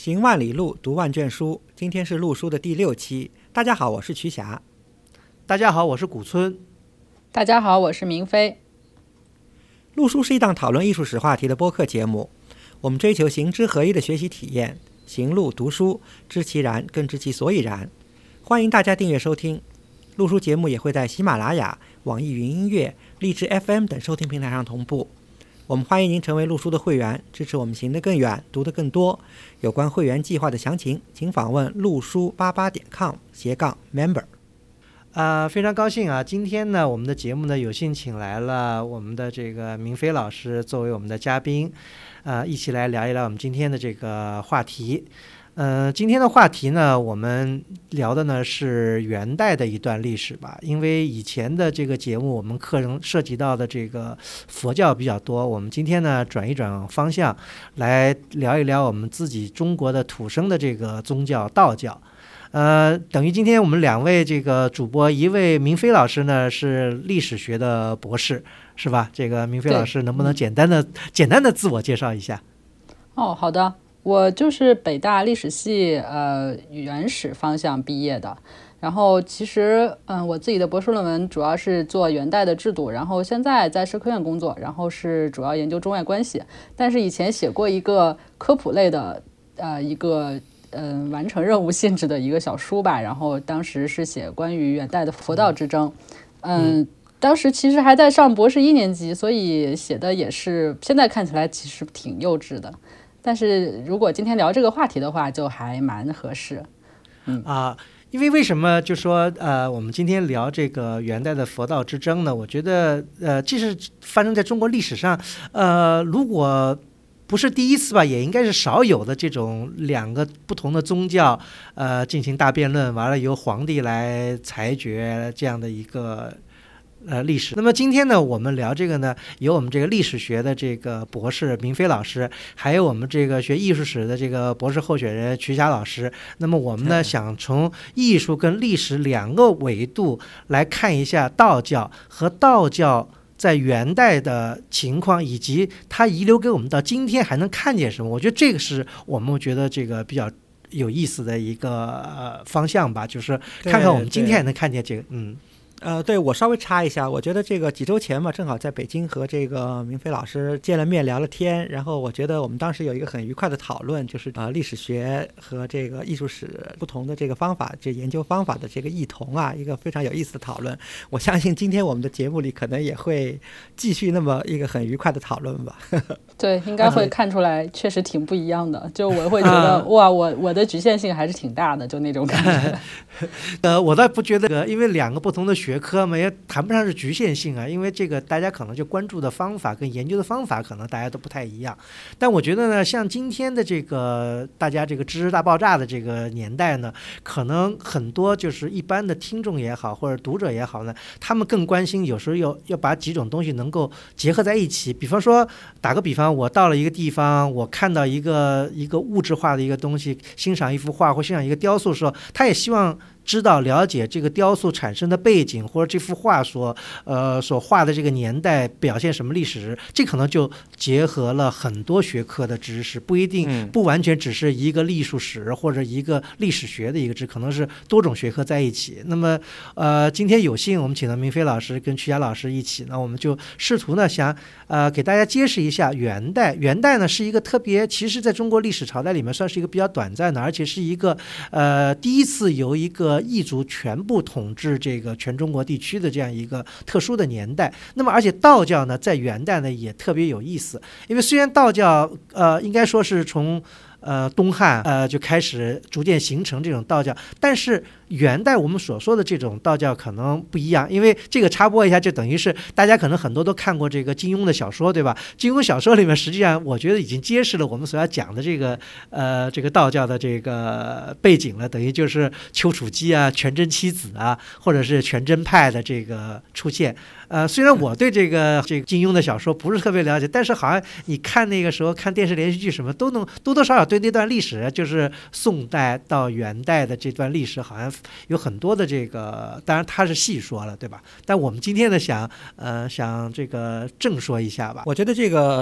行万里路，读万卷书。今天是陆书的第6期。大家好，我是瞿霞。 大家好，我是古村。 大家好，我是明飞。 陆书是一档讨论艺术史话题的播客节目，我们追求行知合一的学习体验，行路读书，知其然，更知其所以然。欢迎大家订阅收听。陆书节目也会在喜马拉雅、网易云音乐、荔枝 FM 等收听平台上同步。我们欢迎您成为陆书的会员，支持我们行得更远，读得更多。有关会员计划的详情，请访问陆书88.com/member。 非常高兴啊！今天呢，我们的节目呢，有幸请来了我们的这个明飞老师作为我们的嘉宾，一起来聊一聊我们今天的这个话题。今天的话题呢，我们聊的呢是元代的一段历史吧。因为以前的这个节目，我们课程涉及到的这个佛教比较多，我们今天呢转一转方向，来聊一聊我们自己中国的土生的这个宗教道教。等于今天我们2位这个主播，一位明飞老师呢是历史学的博士，是吧？这个明飞老师能不能简单的自我介绍一下？ 好的，我就是北大历史系原始方向毕业的。然后其实我自己的博士论文主要是做元代的制度，然后现在在社科院工作，然后是主要研究中外关系。但是以前写过一个科普类的一个完成任务性质的一个小书吧，然后当时是写关于元代的佛道之争。当时其实还在上博士1年级，所以写的也是现在看起来其实挺幼稚的，但是如果今天聊这个话题的话，就还蛮合适。 因为什么就说我们今天聊这个元代的佛道之争呢？我觉得即使发生在中国历史上，如果不是第一次吧，也应该是少有的这种2个不同的宗教进行大辩论，完了由皇帝来裁决这样的一个历史。那么今天呢，我们聊这个呢，有我们这个历史学的这个博士明飞老师，还有我们这个学艺术史的这个博士候选人瞿霞老师。那么我们呢，想从艺术跟历史2个维度来看一下道教和道教在元代的情况，以及它遗留给我们到今天还能看见什么。我觉得这个是我们觉得这个比较有意思的一个方向吧，就是看看我们今天还能看见这个。 对，我稍微插一下，我觉得这个几周前嘛，正好在北京和这个明飞老师见了面聊了天，然后我觉得我们当时有一个很愉快的讨论，就是历史学和这个艺术史不同的这个方法，这研究方法的这个异同啊，一个非常有意思的讨论。我相信今天我们的节目里可能也会继续那么一个很愉快的讨论吧。 对，应该会看出来确实挺不一样的，就我会觉得哇，我的局限性还是挺大的，就那种感觉。 我倒不觉得，因为2个不同的学科嘛，也谈不上是局限性啊，因为这个大家可能就关注的方法跟研究的方法可能大家都不太一样。但我觉得呢，像今天的这个大家这个知识大爆炸的这个年代呢，可能很多就是一般的听众也好或者读者也好呢，他们更关心有时候要把几种东西能够结合在一起。比方说打个比方，我到了一个地方，我看到一个物质化的一个东西，欣赏一幅画或欣赏一个雕塑的时候，他也希望知道了解这个雕塑产生的背景，或者这幅画所画的这个年代表现什么历史，这可能就结合了很多学科的知识，不一定不完全只是一个艺术史或者一个历史学的一个知识，可能是多种学科在一起。那么今天有幸我们请到明飞老师跟瞿霞老师一起呢，我们就试图呢想给大家揭示一下元代。元代呢是一个特别，其实在中国历史朝代里面算是一个比较短暂的，而且是一个第一次由一个异族全部统治这个全中国地区的这样一个特殊的年代。那么而且道教呢在元代呢也特别有意思，因为虽然道教应该说是从东汉就开始逐渐形成这种道教，但是元代我们所说的这种道教可能不一样。因为这个插播一下，就等于是大家可能很多都看过这个金庸的小说，对吧？金庸小说里面实际上我觉得已经揭示了我们所要讲的这个道教的这个背景了，等于就是丘处机啊、全真七子啊，或者是全真派的这个出现。虽然我对这个金庸的小说不是特别了解，但是好像你看那个时候看电视连续剧什么都能多多少少对那段历史，就是宋代到元代的这段历史好像有很多的这个，当然他是细说了，对吧？但我们今天呢想这个正说一下吧。 我觉得这个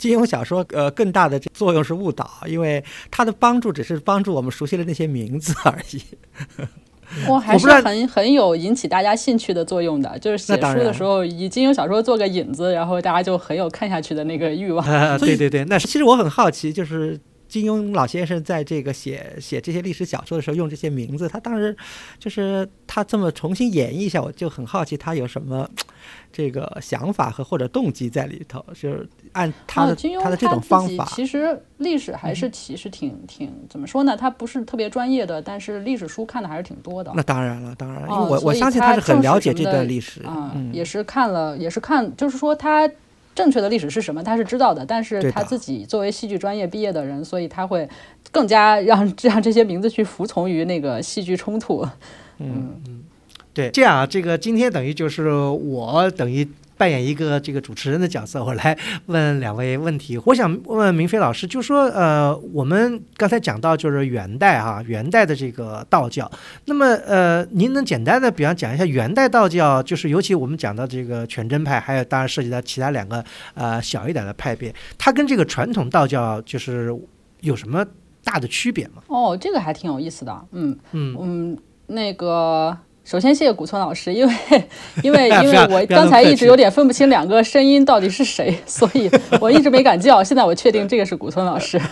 金庸小说更大的作用是误导，因为它的帮助只是帮助我们熟悉了那些名字而已。 我还是很有引起大家兴趣的作用的，就是写书的时候以金庸小说做个引子，然后大家就很有看下去的那个欲望。 对对对，那其实我很好奇，就是金庸老先生在这个写这些历史小说的时候用这些名字，他当时就是他这么重新演绎一下，我就很好奇他有什么这个想法或者动机在里头，就是按他的这种方法。 其实历史还是其实挺怎么说呢？他不是特别专业的，但是历史书看的还是挺多的。 那当然了，因为我相信他是很了解这段历史也是看，就是说他正确的历史是什么，他是知道的，但是他自己作为戏剧专业毕业的人，所以他会更加让这些名字去服从于那个戏剧冲突。 对，这样这个今天等于就是我等于扮演一个这个主持人的角色，我来问两位问题。我想问明飞老师，就说我们刚才讲到就是元代的这个道教，那么您能简单的比方讲一下元代道教，就是尤其我们讲到这个全真派，还有当然涉及到其他两个小一点的派别，它跟这个传统道教就是有什么大的区别吗？ 这个还挺有意思的。那个。首先谢谢古村老师，因为我刚才一直有点分不清两个声音到底是谁，所以我一直没敢叫。现在我确定这个是古村老师。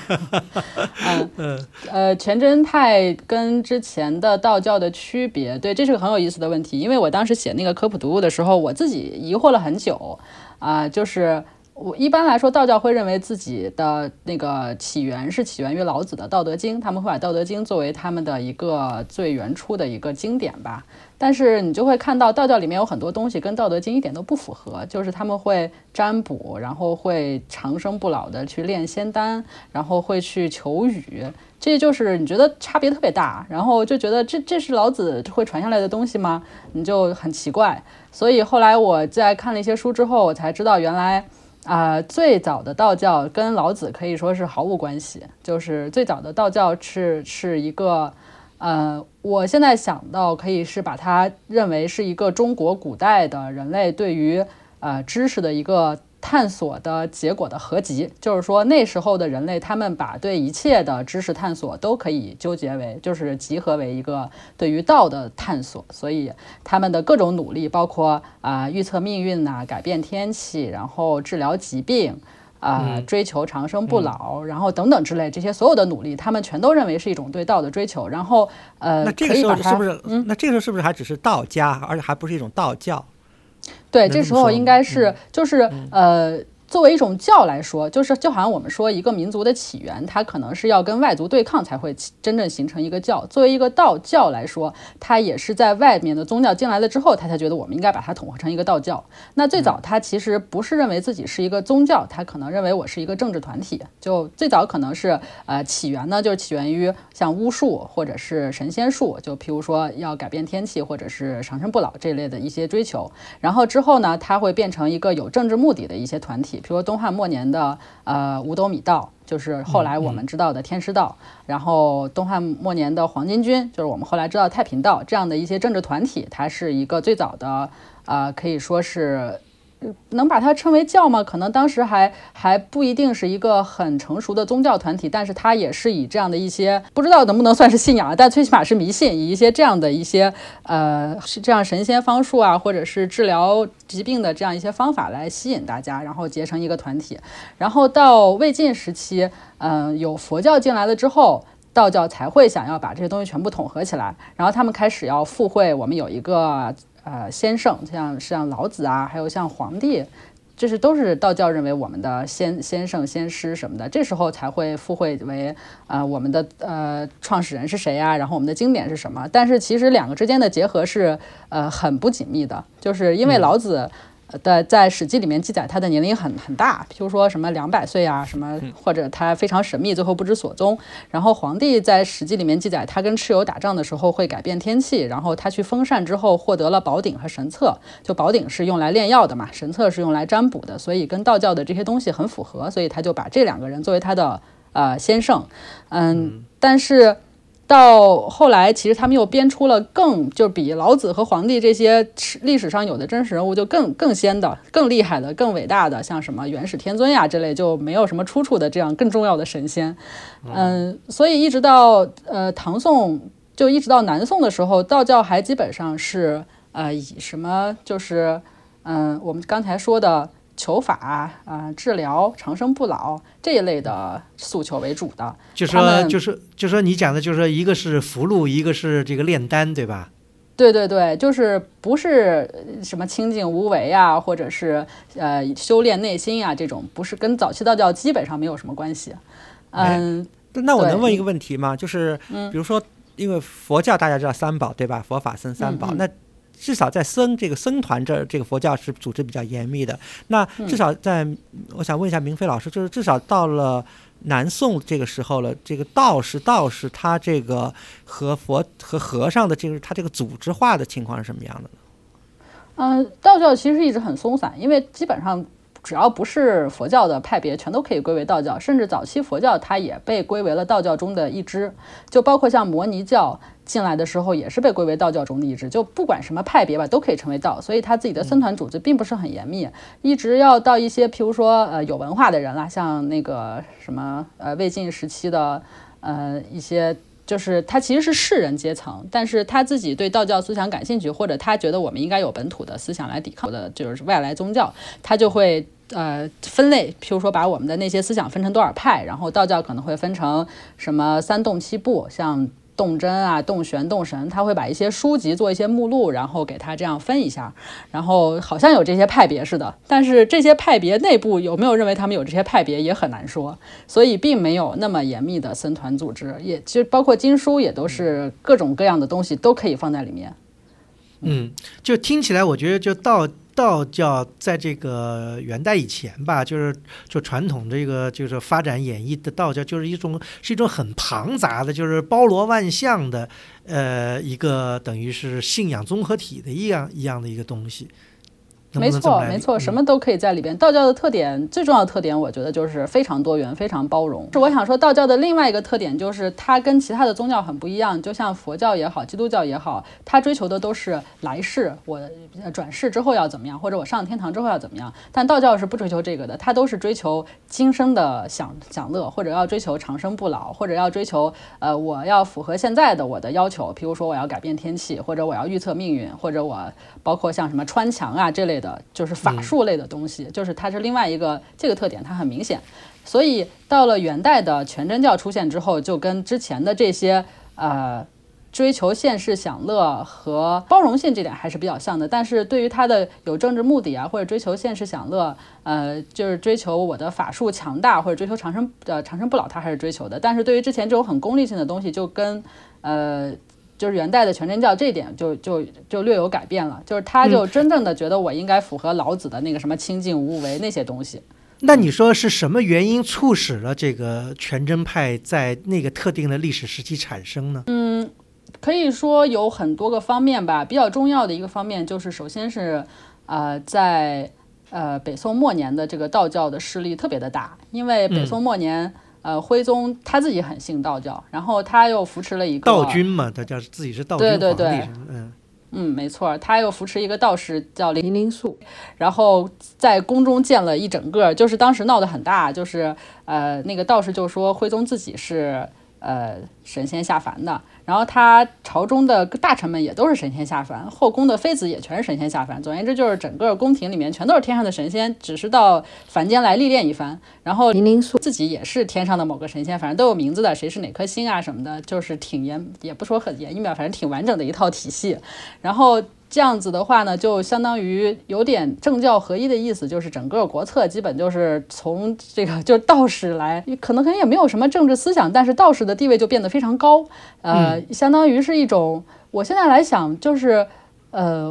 全真派跟之前的道教的区别，对，这是个很有意思的问题。因为我当时写那个科普读物的时候，我自己疑惑了很久就是我一般来说，道教会认为自己的那个起源于老子的《道德经》，他们会把《道德经》作为他们的一个最原初的一个经典吧。但是你就会看到道教里面有很多东西跟《道德经》一点都不符合，就是他们会占卜，然后会长生不老的去炼仙丹，然后会去求雨，这就是你觉得差别特别大，然后就觉得这是老子会传下来的东西吗？你就很奇怪。所以后来我在看了一些书之后，我才知道原来最早的道教跟老子可以说是毫无关系，就是最早的道教是一个我现在想到可以是把它认为是一个中国古代的人类对于知识的一个探索的结果的合集，就是说那时候的人类他们把对一切的知识探索都可以纠结为，就是集合为一个对于道的探索，所以他们的各种努力包括预测命运改变天气，然后治疗疾病追求长生不老，然后等等之类，这些所有的努力他们全都认为是一种对道的追求。然后那这个时候是不是那这个时候是不是还只是道家，而且还不是一种道教？ 对，这时候应该是就是作为一种教来说，就好像我们说一个民族的起源，它可能是要跟外族对抗才会真正形成一个教。作为一个道教来说，它也是在外面的宗教进来了之后，他才觉得我们应该把它统合成一个道教。那最早他其实不是认为自己是一个宗教，他可能认为我是一个政治团体。就最早可能是起源呢，就是起源于像巫术或者是神仙术，就譬如说要改变天气或者是长生不老这类的一些追求。然后之后呢，它会变成一个有政治目的的一些团体。比如说东汉末年的五斗米道，就是后来我们知道的天师道，然后东汉末年的黄巾军，就是我们后来知道太平道，这样的一些政治团体，它是一个最早的可以说是能把它称为教吗？可能当时还不一定是一个很成熟的宗教团体，但是它也是以这样的一些不知道能不能算是信仰，但最起码是迷信，以一些这样的一些这样神仙方术或者是治疗疾病的这样一些方法来吸引大家，然后结成一个团体。然后到魏晋时期，有佛教进来了之后，道教才会想要把这些东西全部统合起来，然后他们开始要附会我们有一个先圣，像老子还有像皇帝，这都是道教认为我们的先圣先师什么的，这时候才会附会为我们的创始人是谁然后我们的经典是什么。但是其实两个之间的结合是很不紧密的，就是因为老子在史记里面记载他的年龄很大，譬如说什么200岁什么，或者他非常神秘，最后不知所踪。然后皇帝在史记里面记载他跟蚩尤打仗的时候会改变天气，然后他去封禅之后获得了宝鼎和神策，就宝鼎是用来炼药的嘛，神策是用来占卜的，所以跟道教的这些东西很符合，所以他就把这两个人作为他的先圣。但是到后来，其实他们又编出了就比老子和黄帝这些历史上有的真实人物就更先的、更厉害的、更伟大的，像什么元始天尊呀这类就没有什么出处的这样更重要的神仙。所以一直到唐宋，就一直到南宋的时候，道教还基本上是以什么就是我们刚才说的求法治疗长生不老这一类的诉求为主的。 就说你讲的就是说一个是符箓，一个是这个炼丹，对吧？ 对对对，就是不是什么清净无为啊，或者是修炼内心啊，这种不是跟早期道教基本上没有什么关系。 那我能问一个问题吗？就是比如说，因为佛教大家知道三宝对吧？佛法僧三宝，那至少在这个僧团这个佛教是组织比较严密的。那至少我想问一下明飞老师，就是至少到了南宋这个时候了，这个道士他这个和和尚的他这个组织化的情况是什么样的呢？ 道教其实一直很松散，因为基本上只要不是佛教的派别，全都可以归为道教，甚至早期佛教它也被归为了道教中的一支，就包括像摩尼教进来的时候也是被归为道教中的一支，就不管什么派别吧，都可以成为道，所以他自己的僧团组织并不是很严密，一直要到一些譬如说有文化的人啦，像那个什么魏晋时期的一些。就是他其实是士人阶层，但是他自己对道教思想感兴趣，或者他觉得我们应该有本土的思想来抵抗的，就是外来宗教，他就会分类，譬如说把我们的那些思想分成多少派，然后道教可能会分成什么三洞七部，像洞真啊、洞玄、洞神，他会把一些书籍做一些目录，然后给他这样分一下，然后好像有这些派别似的，但是这些派别内部有没有认为他们有这些派别也很难说，所以并没有那么严密的僧团组织，也就包括经书也都是各种各样的东西都可以放在里面。 就听起来我觉得就道教在这个元代以前吧，就传统这个就是发展演绎的道教，是一种很庞杂的，就是包罗万象的一个等于是信仰综合体的一样的一个东西。 没错，什么都可以在里边。道教的特点，最重要的特点，我觉得就是非常多元、非常包容。是我想说，道教的另外一个特点就是它跟其他的宗教很不一样。就像佛教也好，基督教也好，它追求的都是来世，我转世之后要怎么样，或者我上天堂之后要怎么样。但道教是不追求这个的，它都是追求今生的享乐，或者要追求长生不老，或者要追求我要符合现在的我的要求，比如说我要改变天气，或者我要预测命运，或者我包括像什么穿墙啊这类的，就是法术类的东西，就是它是另外一个这个特点，它很明显。所以到了元代的全真教出现之后，就跟之前的这些追求现世享乐和包容性这点还是比较像的，但是对于它的有政治目的啊，或者追求现世享乐，就是追求我的法术强大，或者追求长生不老，它还是追求的。但是对于之前这种很功利性的东西，就跟就是元代的全真教这一点就略有改变了，就是他就真正的觉得我应该符合老子的那个什么清净无为那些东西。 那你说是什么原因促使了这个全真派在那个特定的历史时期产生呢？ 可以说有很多个方面吧，比较重要的一个方面就是首先是在北宋末年的这个道教的势力特别的大，因为北宋末年徽宗他自己很信道教，然后他又扶持了一个道君嘛，他叫自己是道君皇帝。 对，没错，他又扶持一个道士叫林灵素，然后在宫中建了一整个，就是当时闹得很大，就是那个道士就说徽宗自己是神仙下凡的，然后他朝中的大臣们也都是神仙下凡，后宫的妃子也全是神仙下凡，总而言之就是整个宫廷里面全都是天上的神仙，只是到凡间来历练一番。然后林灵素自己也是天上的某个神仙，反正都有名字的，谁是哪颗星啊什么的，就是挺也不说很严密吧，反正挺完整的一套体系。然后这样子的话呢，就相当于有点政教合一的意思，就是整个国策基本就是从这个就是道士来，可能也没有什么政治思想，但是道士的地位就变得非常高，相当于是一种，我现在来想就是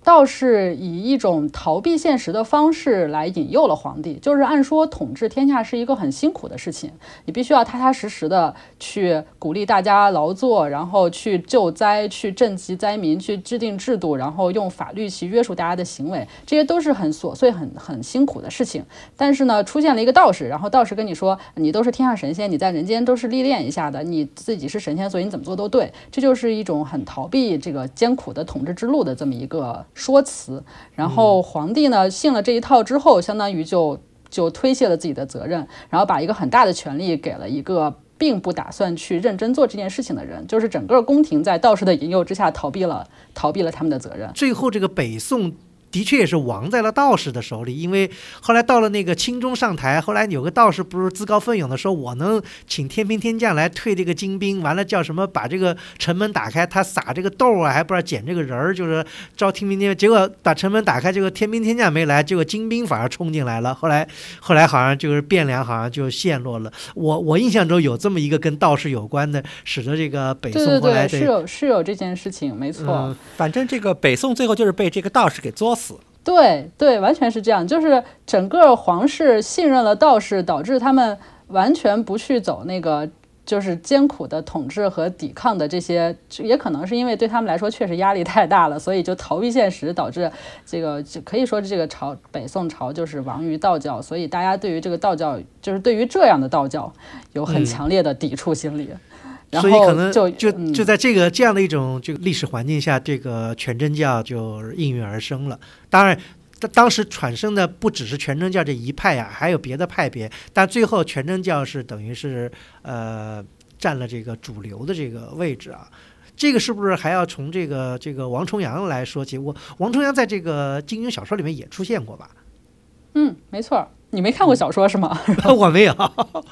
道士以一种逃避现实的方式来引诱了皇帝。就是按说统治天下是一个很辛苦的事情，你必须要踏踏实实的去鼓励大家劳作，然后去救灾，去赈济灾民，去制定制度，然后用法律去约束大家的行为，这些都是很琐碎很辛苦的事情。但是呢，出现了一个道士，然后道士跟你说，你都是天下神仙，你在人间都是历练一下的，你自己是神仙，所以你怎么做都对。这就是一种很逃避这个艰苦的统治之路的这么一个说辞。然后皇帝呢信了这一套之后，相当于就推卸了自己的责任，然后把一个很大的权力给了一个并不打算去认真做这件事情的人，就是整个宫廷在道士的引诱之下逃避了他们的责任。 最后这个北宋的确也是亡在了道士的手里，因为后来到了那个钦中上台，后来有个道士不是自告奋勇的说，我能请天兵天将来退这个金兵，完了叫什么把这个城门打开，他撒这个豆啊，还不知道捡这个人儿，就是招天兵天将，结果把城门打开，这个天兵天将没来，结果金兵反而冲进来了。后来好像就是汴梁好像就陷落了。我印象中有这么一个跟道士有关的，使得这个北宋后来是有这件事情，没错。 反正这个北宋最后就是被这个道士给作死。 对对，完全是这样，就是整个皇室信任了道士，导致他们完全不去走那个就是艰苦的统治和抵抗的这些，也可能是因为对他们来说确实压力太大了，所以就逃避现实，导致这个可以说这个北宋朝就是亡于道教，所以大家对于这个道教，就是对于这样的道教有很强烈的抵触心理。 所以可能就在这样的一种这个历史环境下，这个全真教就应运而生了。当然当时产生的不只是全真教这一派呀，还有别的派别，但最后全真教是等于是占了这个主流的这个位置啊。这个是不是还要从这个王重阳来说起？王重阳在这个金庸小说里面也出现过吧？ 没错。你没看过小说是吗？ 我没有。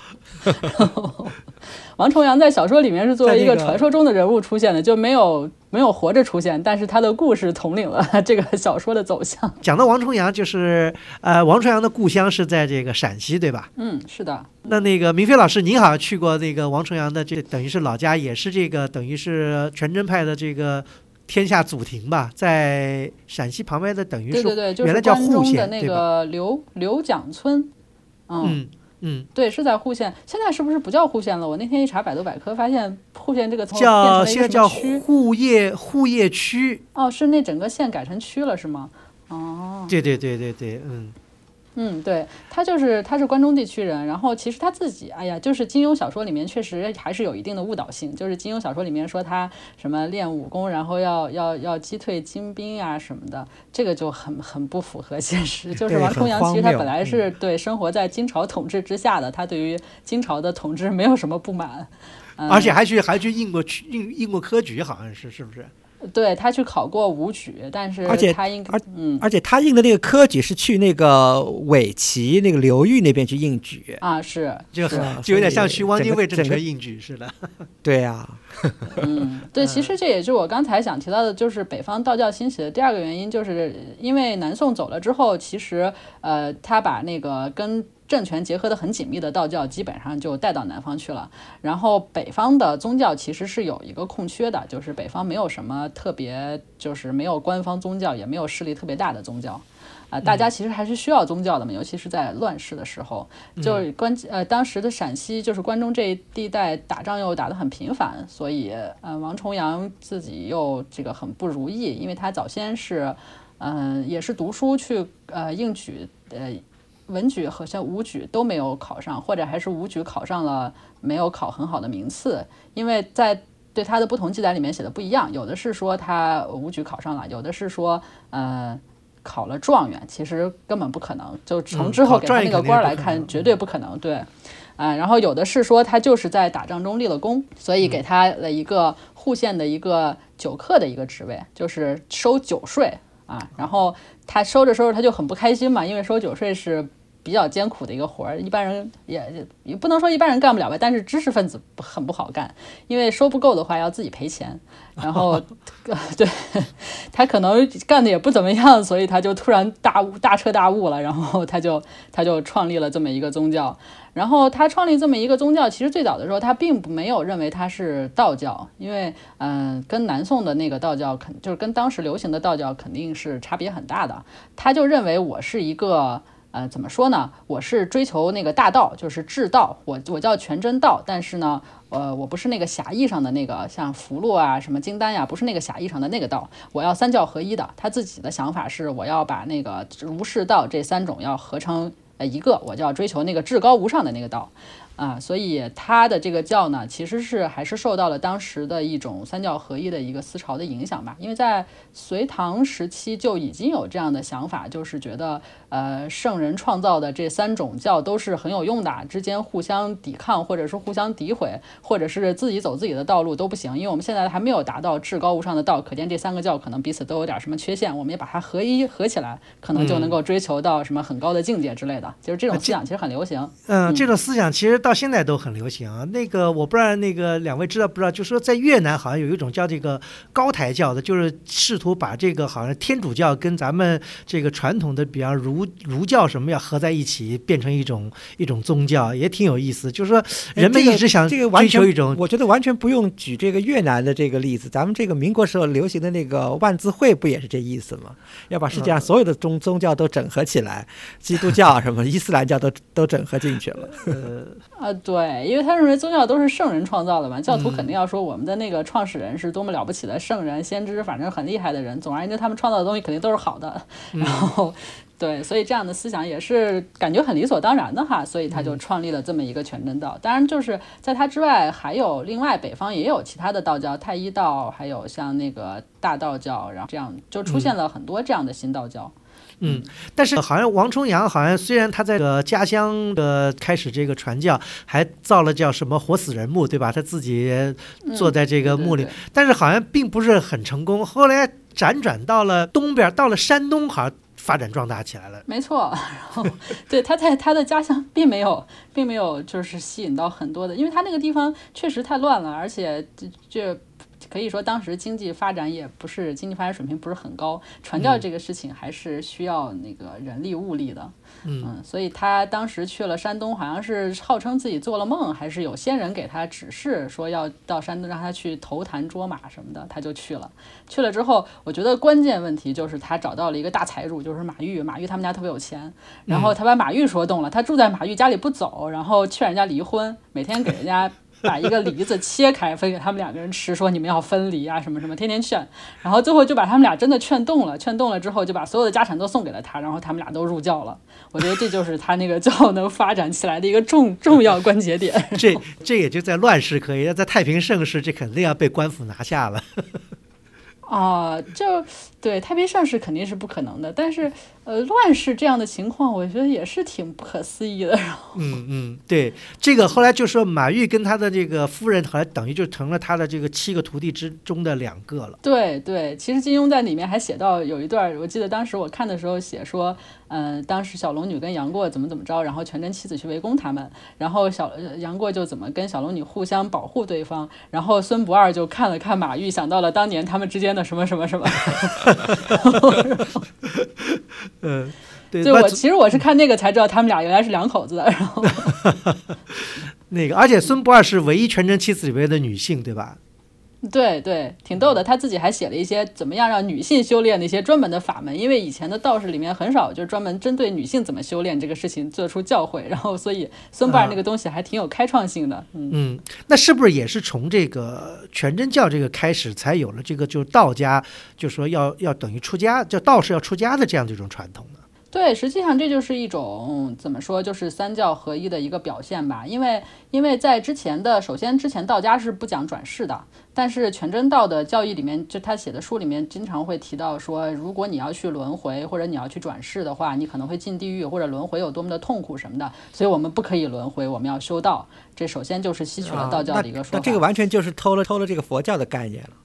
王重阳在小说里面是作为一个传说中的人物出现的，就没有活着出现，但是他的故事统领了这个小说的走向。 讲到王重阳，就是王重阳的故乡是在这个陕西，对吧？ 是的。 那个明飞老师，您好像去过那个王重阳的，这等于是老家，也是这个等于是全真派的这个天下祖庭吧，在陕西旁边的，等于是原来叫户县， 对，就是关中的那个刘蒋村。对，是在户县，现在是不是不叫户县了？我那天一查百度百科，发现户县这个词变成了一个什么区？ 户业区。 哦，是那整个县改成区了是吗？哦， 对， 对，他是关中地区人，然后其实他自己，就是金庸小说里面确实还是有一定的误导性，就是金庸小说里面说他什么练武功，然后要击退金兵啊什么的，这个就很不符合现实。就是王重阳其实他本来是对生活在金朝统治之下的，他对于金朝的统治没有什么不满， 而且还去应过科举，好像是不是？ 对，他去考过武举，但是他而且他应的那个科举是去那个尾齐那个刘裕那边去应举啊，是就有点像徐汪精卫政权应举似的。 对呀， 对，其实这也是我刚才想提到的，就是北方道教兴起的第二个原因，就是因为南宋走了之后，其实他把那个跟政权结合的很紧密的道教基本上就带到南方去了，然后北方的宗教其实是有一个空缺的，就是北方没有什么特别，就是没有官方宗教，也没有势力特别大的宗教。大家其实还是需要宗教的嘛，尤其是在乱世的时候，就是当时的陕西就是关中这一地带打仗又打得很频繁，所以王重阳自己又这个很不如意，因为他早先是也是读书去应举文举和像武举都没有考上，或者还是武举考上了没有考很好的名次，因为在对他的不同记载里面写的不一样，有的是说他武举考上了，有的是说考了状元，其实根本不可能，就从之后给他那个官来看绝对不可能，对。然后有的是说他就是在打仗中立了功，所以给他了一个户县的一个酒客的一个职位，就是收酒税啊。然后他收着收着他就很不开心嘛，因为收酒税是比较艰苦的一个活儿，一般人也不能说一般人干不了吧，但是知识分子很不好干，因为收不够的话要自己赔钱，然后对他可能干的也不怎么样，所以他就突然大彻大悟了，然后他就创立了这么一个宗教。然后他创立这么一个宗教，其实最早的时候他并没有认为它是道教，因为跟南宋的那个道教就是跟当时流行的道教肯定是差别很大的。他就认为我是一个怎么说呢？我是追求那个大道，就是至道，我叫全真道，但是呢，我不是那个狭义上的那个像符箓啊、什么金丹呀，不是那个狭义上的那个道，我要三教合一的。他自己的想法是，我要把那个儒释道这三种要合成一个，我就要追求那个至高无上的那个道。所以他的这个教呢，其实还是受到了当时的一种三教合一的一个思潮的影响吧。因为在隋唐时期就已经有这样的想法，就是觉得圣人创造的这三种教都是很有用的，之间互相抵抗，或者是互相诋毁，或者是自己走自己的道路都不行。因为我们现在还没有达到至高无上的道，可见这三个教可能彼此都有点什么缺陷，我们也把它合起来，可能就能够追求到什么很高的境界之类的。就是这种思想其实很流行。 这种思想其实到现在都很流行啊。那个我不知道那个两位知道不知道，就说在越南好像有一种叫这个高台教的，就是试图把这个好像天主教跟咱们这个传统的比方儒教什么要合在一起，变成一种宗教，也挺有意思。就是说人们一直想追求一种， 我觉得完全不用举这个越南的这个例子，咱们这个民国时候流行的那个万字会不也是这意思吗？要把世界上所有的宗教都整合起来，基督教什么伊斯兰教都整合进去了。 对，因为他认为宗教都是圣人创造的嘛，教徒肯定要说我们的那个创始人是多么了不起的圣人、先知，反正很厉害的人。总而言之，他们创造的东西肯定都是好的。然后，对，所以这样的思想也是感觉很理所当然的哈，所以他就创立了这么一个全真道。当然，就是在他之外，还有另外北方也有其他的道教，太一道，还有像那个大道教，然后这样就出现了很多这样的新道教。 但是好像王重阳好像虽然他在家乡的开始这个传教，还造了叫什么活死人墓，对吧？他自己坐在这个墓里，但是好像并不是很成功。后来辗转到了东边，到了山东，好像发展壮大起来了。 没错，然后对他在他的家乡并没有就是吸引到很多的，因为他那个地方确实太乱了，而且这可以说当时经济发展水平不是很高，传教这个事情还是需要那个人力物力的。所以他当时去了山东，好像是号称自己做了梦，还是有仙人给他指示说要到山东让他去投坛捉马什么的，他就去了。去了之后，我觉得关键问题就是他找到了一个大财主，就是马玉他们家特别有钱，然后他把马玉说动了，他住在马玉家里不走，然后劝人家离婚，每天给人家把一个梨子切开分给他们两个人吃，说你们要分离啊什么什么，天天劝，然后最后就把他们俩真的劝动了之后就把所有的家产都送给了他，然后他们俩都入教了。我觉得这就是他那个教能发展起来的一个重要关节点。 这也就在乱世可以，在太平盛世这肯定要被官府拿下了。 就对，太平盛世肯定是不可能的，但是乱世这样的情况，我觉得也是挺不可思议的。 对，这个后来就说马玉跟他的这个夫人，后来等于就成了他的这个7个徒弟之中的2个了。 对，其实金庸在里面还写到有一段，我记得当时我看的时候写说，当时小龙女跟杨过怎么着，然后全真七子去围攻他们，然后杨过就怎么跟小龙女互相保护对方，然后孙不二就看了看马玉，想到了当年他们之间的什么什么什么。 对， 其实我是看那个才知道他们俩原来是2口子的。然后那个，而且孙不二是唯一全真七子里面的女性，对吧？ 对，挺逗的。他自己还写了一些怎么样让女性修炼的一些专门的法门，因为以前的道士里面很少就专门针对女性怎么修炼这个事情做出教诲，然后所以孙不二那个东西还挺有开创性的。 那是不是也是从这个全真教这个开始才有了这个就道家就说要等于出家，叫道士要出家的这样的一种传统呢？ 对，实际上这就是一种怎么说，就是三教合一的一个表现吧。因为在之前道家是不讲转世的，但是全真道的教义里面，就他写的书里面经常会提到说，如果你要去轮回或者你要去转世的话，你可能会进地狱，或者轮回有多么的痛苦什么的，所以我们不可以轮回，我们要修道。这首先就是吸取了道教的一个说法。 那这个完全就是偷了这个佛教的概念了。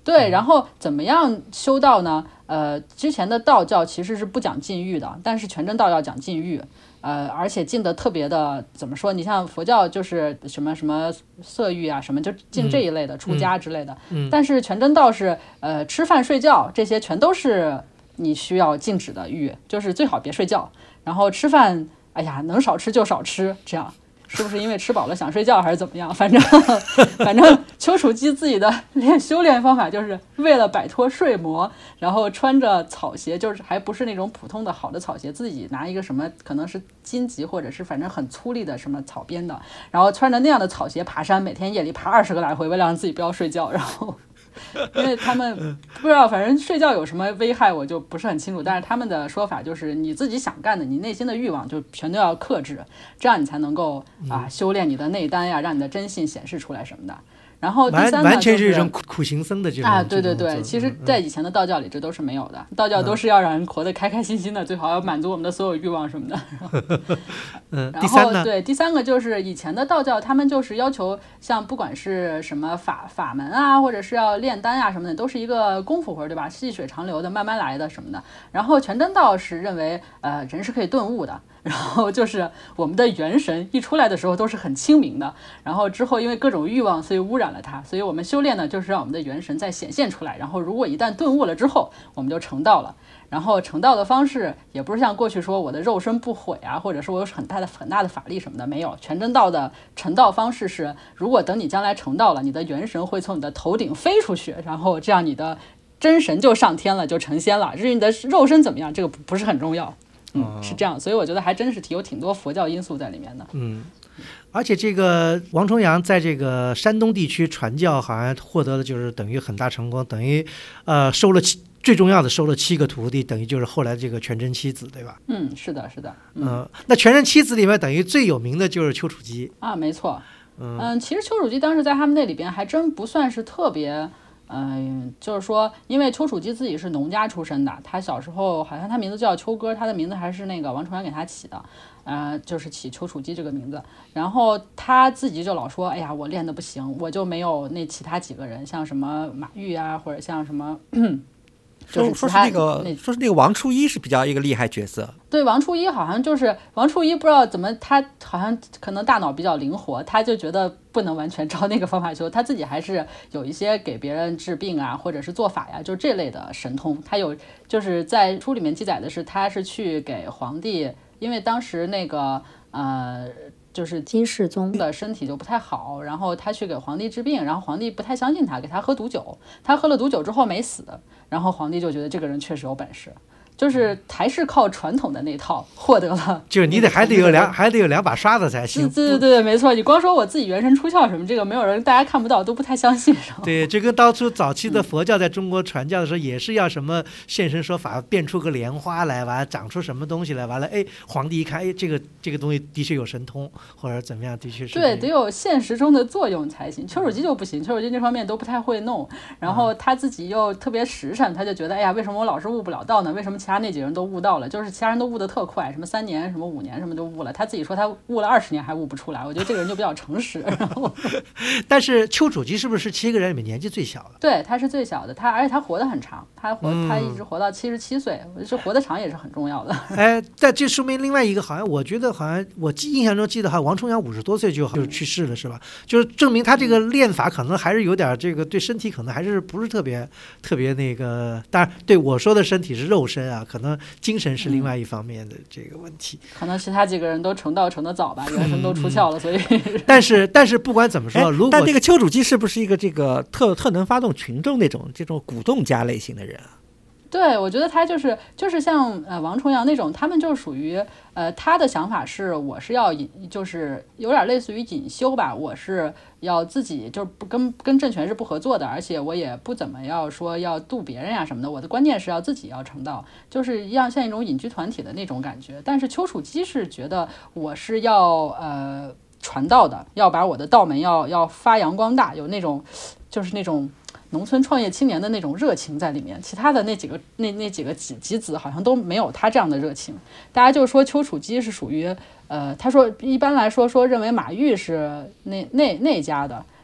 对，然后怎么样修道呢？之前的道教其实是不讲禁欲的，但是全真道要讲禁欲。而且禁的特别的，怎么说？你像佛教就是什么什么色欲啊，什么就禁这一类的，出家之类的。但是全真道是吃饭睡觉这些全都是你需要禁止的欲，就是最好别睡觉，然后吃饭，哎呀，能少吃就少吃，这样。是不是因为吃饱了想睡觉还是怎么样？反正丘处机自己的修炼方法就是为了摆脱睡魔，然后穿着草鞋，就是还不是那种普通的好的草鞋，自己拿一个什么可能是荆棘或者是反正很粗粝的什么草编的，然后穿着那样的草鞋爬山，每天夜里爬20个来回，为了让自己不要睡觉，然后。因为他们不知道，反正睡觉有什么危害我就不是很清楚，但是他们的说法就是你自己想干的，你内心的欲望就全都要克制，这样你才能够修炼你的内丹呀，让你的真性显示出来什么的。然后第三呢， 完全是一种苦行僧的这种对对对，其实在以前的道教里这都是没有的，道教都是要让人活得开开心心的，最好要满足我们的所有欲望什么的。 第三呢？ 对，第三个就是以前的道教他们就是要求像不管是什么法门啊，或者是要炼丹啊什么的，都是一个功夫活，对吧？细水长流的，慢慢来的什么的。然后全真道是认为人是可以顿悟的，然后就是我们的元神一出来的时候都是很清明的，然后之后因为各种欲望所以污染了它，所以我们修炼呢就是让我们的元神再显现出来，然后如果一旦顿悟了之后我们就成道了。然后成道的方式也不是像过去说我的肉身不毁啊，或者是我有很大的法力什么的，没有。全真道的成道方式是，如果等你将来成道了，你的元神会从你的头顶飞出去，然后这样你的真神就上天了，就成仙了。至于你的肉身怎么样，这个不是很重要。是这样，所以我觉得还真是有挺多佛教因素在里面的。 而且这个王重阳在这个山东地区传教，好像获得了就是等于很大成功，等于最重要的收了7个徒弟，等于就是后来这个全真七子，对吧？ 是的，是的。 那全真七子里面等于最有名的就是丘处机啊，没错。其实丘处机当时在他们那里边还真不算是特别。就是说，因为丘处机自己是农家出身的，他小时候好像他名字叫丘哥，他的名字还是那个王重阳给他起的，就是起丘处机这个名字。然后他自己就老说，哎呀，我练的不行，我就没有那其他几个人，像什么马玉啊，或者像什么。 说是那个王初一是比较一个厉害角色。 对，王初一好像就是王初一，不知道怎么他好像可能大脑比较灵活，他就觉得不能完全照那个方法修，他自己还是有一些给别人治病啊，或者是做法呀，就这类的神通。他有就是在书里面记载的是，他是去给皇帝，因为当时那个就是金世宗的身体就不太好，然后他去给皇帝治病，然后皇帝不太相信他，给他喝毒酒，他喝了毒酒之后没死，然后皇帝就觉得这个人确实有本事，就是还是靠传统的那套获得了， 就是你还得有两把刷子才行。 对，没错，你光说我自己元神出窍什么，这个没有人，大家看不到，都不太相信。 对，这跟当初早期的佛教在中国传教的时候，也是要什么现身说法，变出个莲花来，完了长出什么东西来，完了，皇帝一看，这个东西的确有神通，或者怎么样，的确是对，得有现实中的作用才行。丘处机就不行，丘处机这方面都不太会弄，然后他自己又特别实诚，他就觉得，哎呀，为什么我老是悟不了道呢？为什么其他那几个人都悟到了？就是其他人都悟得特快，什么3年、什么5年、什么都悟了，他自己说他悟了20年还悟不出来。我觉得这个人就比较诚实。然后， 但是丘处机是不是7个人里面年纪最小的？ 对，他是最小的，而且他活得很长，他一直活到77岁，这活得长也是很重要的。 但这说明另外一个，好像我觉得好像我印象中记得，好像王重阳50多岁就去世了，是吧？就是证明他这个练法可能还是有点这个对身体可能还是不是特别那个。当然，对我说的身体是肉身啊，可能精神是另外一方面的这个问题。 可能其他几个人都成道成得早吧，元神都出窍了，所以。 但是不管怎么说，如果但这个丘处机是不是一个这个特能发动群众这种鼓动家类型的人啊？ 对，我觉得他就是像王重阳那种，他们就属于他的想法是，我是要就是有点类似于隐修吧，我是要自己就是不跟政权是不合作的，而且我也不怎么要说要度别人呀什么的，我的关键是要自己要成道，就是像一种隐居团体的那种感觉。但是丘处机是觉得我是要传道的，要把我的道门要发扬光大，有那种就是那种农村创业青年的那种热情在里面，其他的那几个集子好像都没有他这样的热情。大家就说丘处机是属于他说一般来说认为马玉是那家的，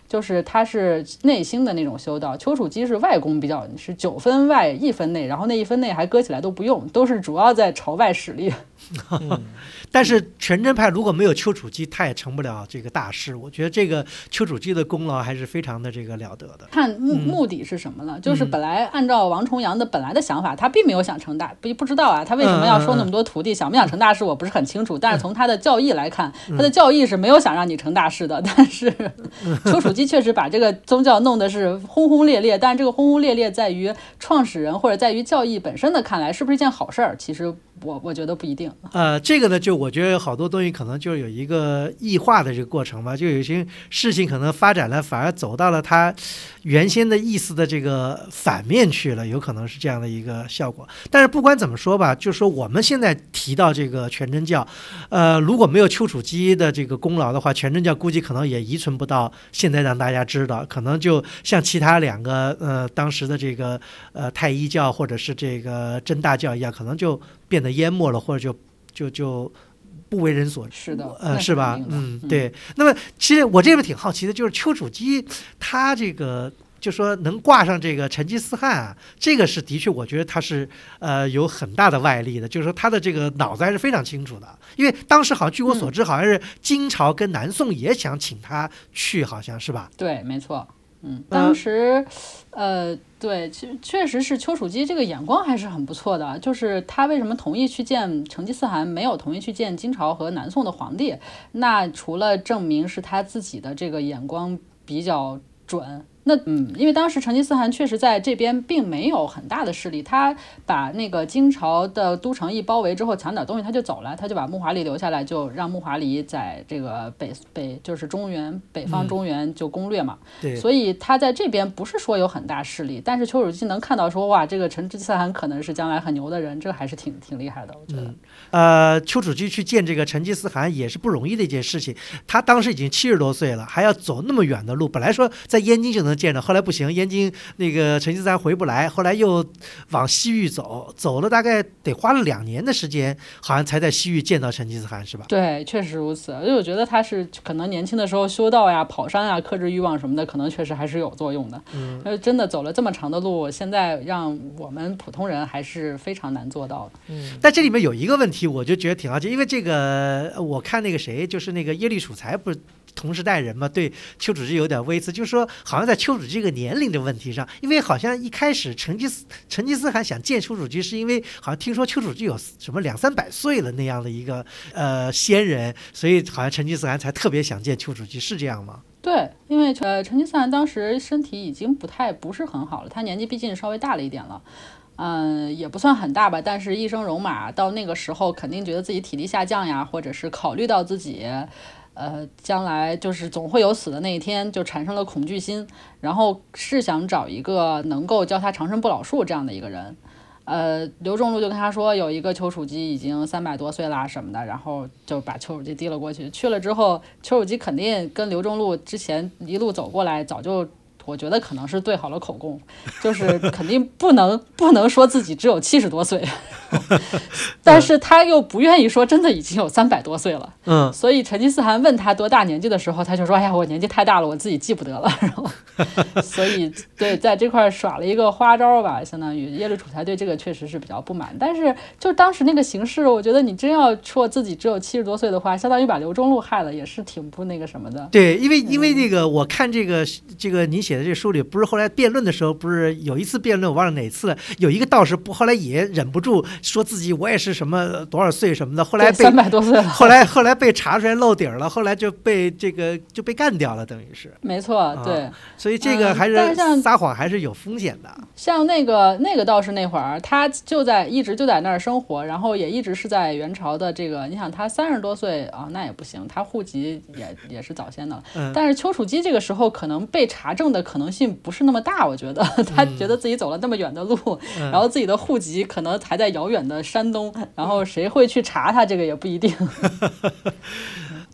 就是他是内心的那种修道，丘处机是外功比较是9分外1分内，然后那1分内还搁起来都不用，都是主要在朝外使力。 但是全真派如果没有丘处机，他也成不了这个大事。我觉得这个丘处机的功劳还是非常的这个了得的。 看目的是什么了，就是本来按照王重阳的本来的想法，他并没有想成大，不知道啊，他为什么要收那么多徒弟，想不想成大事我不是很清楚。但是从他的教义来看，他的教义是没有想让你成大事的。但是丘处机确实把这个宗教弄得是轰轰烈烈，但是这个轰轰烈烈在于创始人或者在于教义本身的看来是不是一件好事儿，其实我觉得不一定。 这个呢，就我觉得好多东西可能就有一个异化的这个过程吧，就有些事情可能发展了，反而走到了它原先的意思的这个反面去了，有可能是这样的一个效果。但是不管怎么说吧，就是说我们现在提到这个全真教，如果没有丘处机的这个功劳的话，全真教估计可能也遗存不到现在让大家知道，可能就像其他2个当时的这个太一教或者是这个真大教一样，可能就变得淹没了，或者就不为人所知。 是的， 是吧？对。那么其实我这边挺好奇的，就是丘处机他这个就说能挂上这个成吉思汗啊，这个是的确我觉得他是有很大的外力的，就是说他的这个脑子还是非常清楚的。因为当时好像据我所知，好像是金朝跟南宋也想请他去，好像是吧？ 对，没错。当时对，确实是丘处机这个眼光还是很不错的。就是他为什么同意去见成吉思汗，没有同意去见金朝和南宋的皇帝，那除了证明是他自己的这个眼光比较准。那因为当时成吉思汗确实在这边并没有很大的势力，他把那个金朝的都城一包围之后，抢点东西他就走了，他就把木华黎留下来，就让木华黎在这个北就是中原北方中原就攻略嘛。 对， 所以他在这边不是说有很大势力，但是丘处机能看到说哇，这个成吉思汗可能是将来很牛的人，这个还是挺厉害的，我觉得。 丘处机去见这个成吉思汗也是不容易的一件事情。他当时已经70多岁了，还要走那么远的路。本来说在燕京就能见着，后来不行，燕京那个成吉思汗回不来，后来又往西域走了，大概得花了2年的时间，好像才在西域见到成吉思汗，是吧？ 对，确实如此。因为我觉得他是可能年轻的时候修道呀、跑山呀、克制欲望什么的，可能确实还是有作用的。真的走了这么长的路，现在让我们普通人还是非常难做到的。 但这里面有一个问题，我就觉得挺好奇，因为这个我看那个谁，就是那个耶律楚材不是同时代人嘛，对丘处机有点微词，就是说好像在丘处机这个年龄的问题上，因为好像一开始成吉思汗想见丘处机，是因为好像听说丘处机有什么200-300岁了那样的一个仙人，所以好像成吉思汗才特别想见丘处机，是这样吗？ 对，因为成吉思汗当时身体已经不是很好了，他年纪毕竟稍微大了一点了。也不算很大吧，但是一生戎马到那个时候肯定觉得自己体力下降呀，或者是考虑到自己将来就是总会有死的那一天，就产生了恐惧心，然后是想找一个能够教他长生不老术这样的一个人。刘仲禄就跟他说有一个丘处机已经300多岁啦什么的，然后就把丘处机提了过去。去了之后，丘处机肯定跟刘仲禄之前一路走过来，早就我觉得可能是对好了口供，就是肯定不能说自己只有70多岁，但是他又不愿意说真的已经有300多岁了。所以成吉思汗问他多大年纪的时候，他就说哎呀，我年纪太大了，我自己记不得了。然后所以对在这块耍了一个花招吧，相当于耶律楚材对这个确实是比较不满。但是就当时那个形势，我觉得你真要说自己只有70多岁的话，相当于把刘仲禄害了，也是挺不那个什么的。 对，因为那个我看这个你写的这书里，不是后来辩论的时候，不是有一次辩论我忘了哪次了，有一个道士后来也忍不住说自己我也是什么多少岁什么的，后来被 300多岁了， 后来被查出来漏底了，后来就被干掉了，等于是。 没错，对。 所以这个还是撒谎还是有风险的。 像那个道士那会儿，他一直就在那儿生活，然后也一直是在元朝的这个，你想他30多岁啊，那也不行，他户籍也是早先的。但是丘处机这个时候可能被查证的可能性不是那么大，我觉得他觉得自己走了那么远的路，然后自己的户籍可能还在遥远的山东，然后谁会去查他，这个也不一定。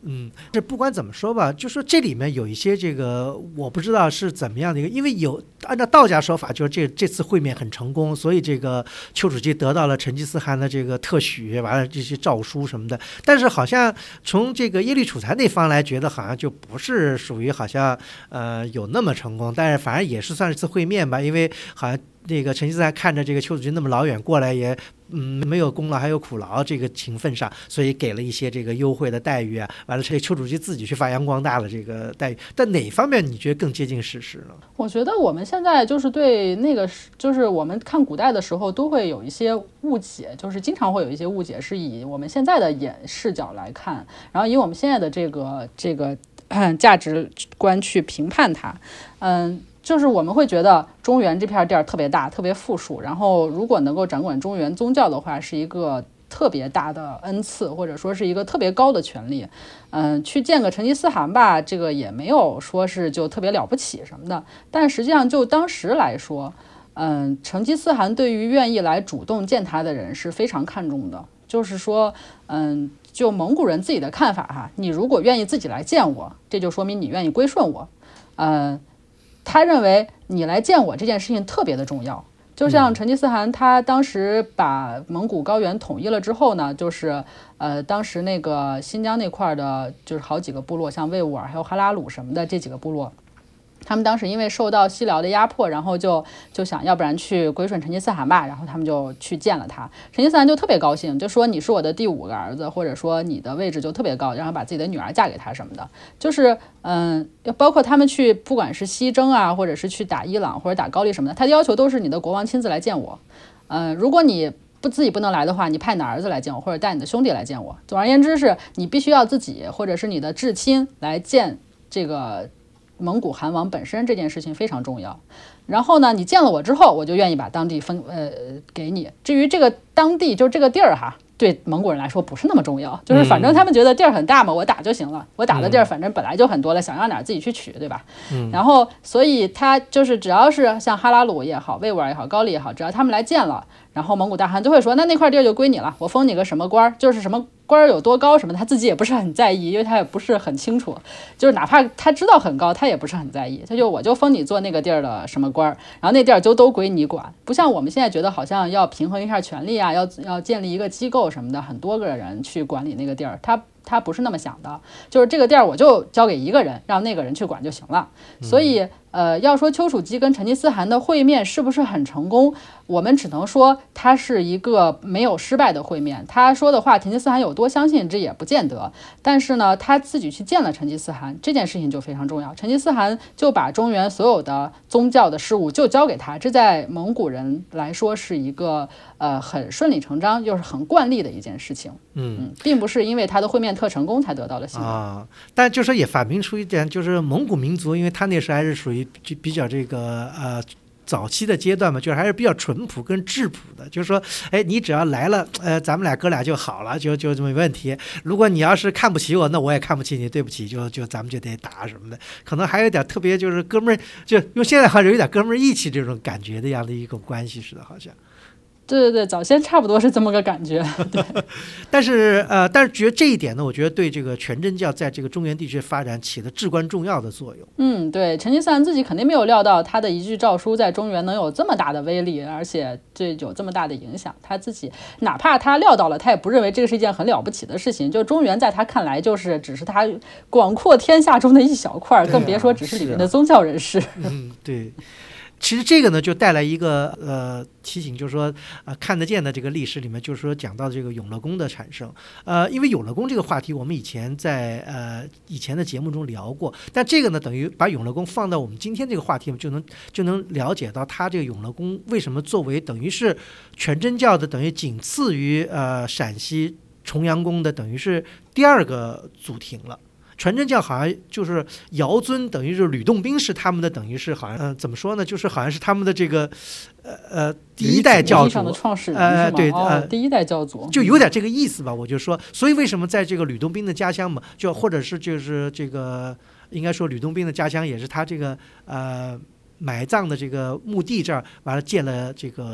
这不管怎么说吧，就说这里面有一些这个我不知道是怎么样的一个，因为按照道家说法，就是这次会面很成功，所以这个丘处机得到了成吉思汗的这个特许，完了这些诏书什么的。但是好像从这个耶律楚材那方来觉得好像就不是属于好像有那么成功，但是反正也是算是次会面吧，因为好像这个成吉思汗看着这个丘处机那么老远过来也。没有功劳还有苦劳这个情分上，所以给了一些这个优惠的待遇啊。完了，这丘处机自己去发扬光大了这个待遇。但哪方面你觉得更接近事实呢？ 我觉得我们现在就是对那个，就是我们看古代的时候都会有一些误解，就是经常会有一些误解，是以我们现在的视角来看，然后以我们现在的这个价值观去评判它。就是我们会觉得中原这片地儿特别大，特别富庶，然后如果能够掌管中原宗教的话，是一个特别大的恩赐，或者说是一个特别高的权利。去见个成吉思汗吧，这个也没有说是就特别了不起什么的。但实际上就当时来说，成吉思汗对于愿意来主动见他的人是非常看重的。就是说，就蒙古人自己的看法哈，你如果愿意自己来见我，这就说明你愿意归顺我。他认为你来见我这件事情特别的重要，就像成吉思汗他当时把蒙古高原统一了之后呢，就是当时那个新疆那块的，就是好几个部落，像维吾尔还有哈拉鲁什么的这几个部落，他们当时因为受到西辽的压迫，然后就想要不然去归顺成吉思汗吧，然后他们就去见了他。成吉思汗就特别高兴，就说你是我的第5个儿子，或者说你的位置就特别高，然后把自己的女儿嫁给他什么的。就是包括他们去不管是西征啊，或者是去打伊朗或者打高丽什么的，他的要求都是你的国王亲自来见我。如果你自己不能来的话，你派你的儿子来见我，或者带你的兄弟来见我。总而言之是你必须要自己或者是你的至亲来见这个蒙古汗王本身，这件事情非常重要。然后呢，你见了我之后，我就愿意把当地给你。至于这个当地，就这个地儿哈，对蒙古人来说不是那么重要，就是反正他们觉得地儿很大嘛，我打就行了。我打的地儿反正本来就很多了，想要哪儿自己去取，对吧？然后所以他就是只要是像哈拉鲁也好，维吾尔也好，高丽也好，只要他们来见了，然后蒙古大汗就会说，那块地儿就归你了，我封你个什么官，就是什么官儿有多高什么，他自己也不是很在意，因为他也不是很清楚，就是哪怕他知道很高，他也不是很在意，我就封你做那个地儿的什么官，然后那地儿就都归你管。不像我们现在觉得好像要平衡一下权力啊，要建立一个机构什么的，很多个人去管理那个地儿，他不是那么想的，就是这个地儿我就交给一个人，让那个人去管就行了。所以要说丘处机跟成吉思汗的会面是不是很成功，我们只能说他是一个没有失败的会面。他说的话成吉思汗有多相信这也不见得，但是呢他自己去见了成吉思汗，这件事情就非常重要。成吉思汗就把中原所有的宗教的事务就交给他，这在蒙古人来说是一个很顺理成章又是很惯例的一件事情。并不是因为他的会面特成功才得到了信任啊。但就是也反映出一点，就是蒙古民族，因为他那时候还是属于比较这个早期的阶段嘛，就是还是比较淳朴跟质朴的，就是说，哎，你只要来了，咱们哥俩就好了，就没问题。如果你要是看不起我，那我也看不起你，对不起，就咱们就得打什么的，可能还有点特别，就是哥们儿，就用现在话有点哥们儿义气这种感觉的样的一种关系似的，好像。 对，早先差不多是这么个感觉。对， 但是觉得这一点呢，我觉得对这个全真教在这个中原地区发展起了至关重要的作用。 对，成吉思汗自己肯定没有料到他的一句诏书在中原能有这么大的威力，而且这有这么大的影响。他自己哪怕他料到了，他也不认为这个是一件很了不起的事情。就中原在他看来只是他广阔天下中的一小块，更别说只是里面的宗教人士。 对。其实这个呢，就带来一个提醒，就是说看得见的这个历史里面，就是说讲到这个永乐宫的产生。因为永乐宫这个话题，我们以前在以前的节目中聊过，但这个呢，等于把永乐宫放到我们今天这个话题，就能了解到它这个永乐宫为什么作为等于是全真教的，等于仅次于陕西重阳宫的，等于是第2个祖庭了。全真教好像就是尧尊，等于是吕洞宾是他们的，等于是好像怎么说呢？就是好像是他们的这个第一代教主， 创始人对第一代教主， 就有点这个意思吧。我就说，所以为什么在这个吕洞宾的家乡嘛，就或者是就是这个应该说吕洞宾的家乡也是他这个埋葬的这个墓地这儿，完了建了这个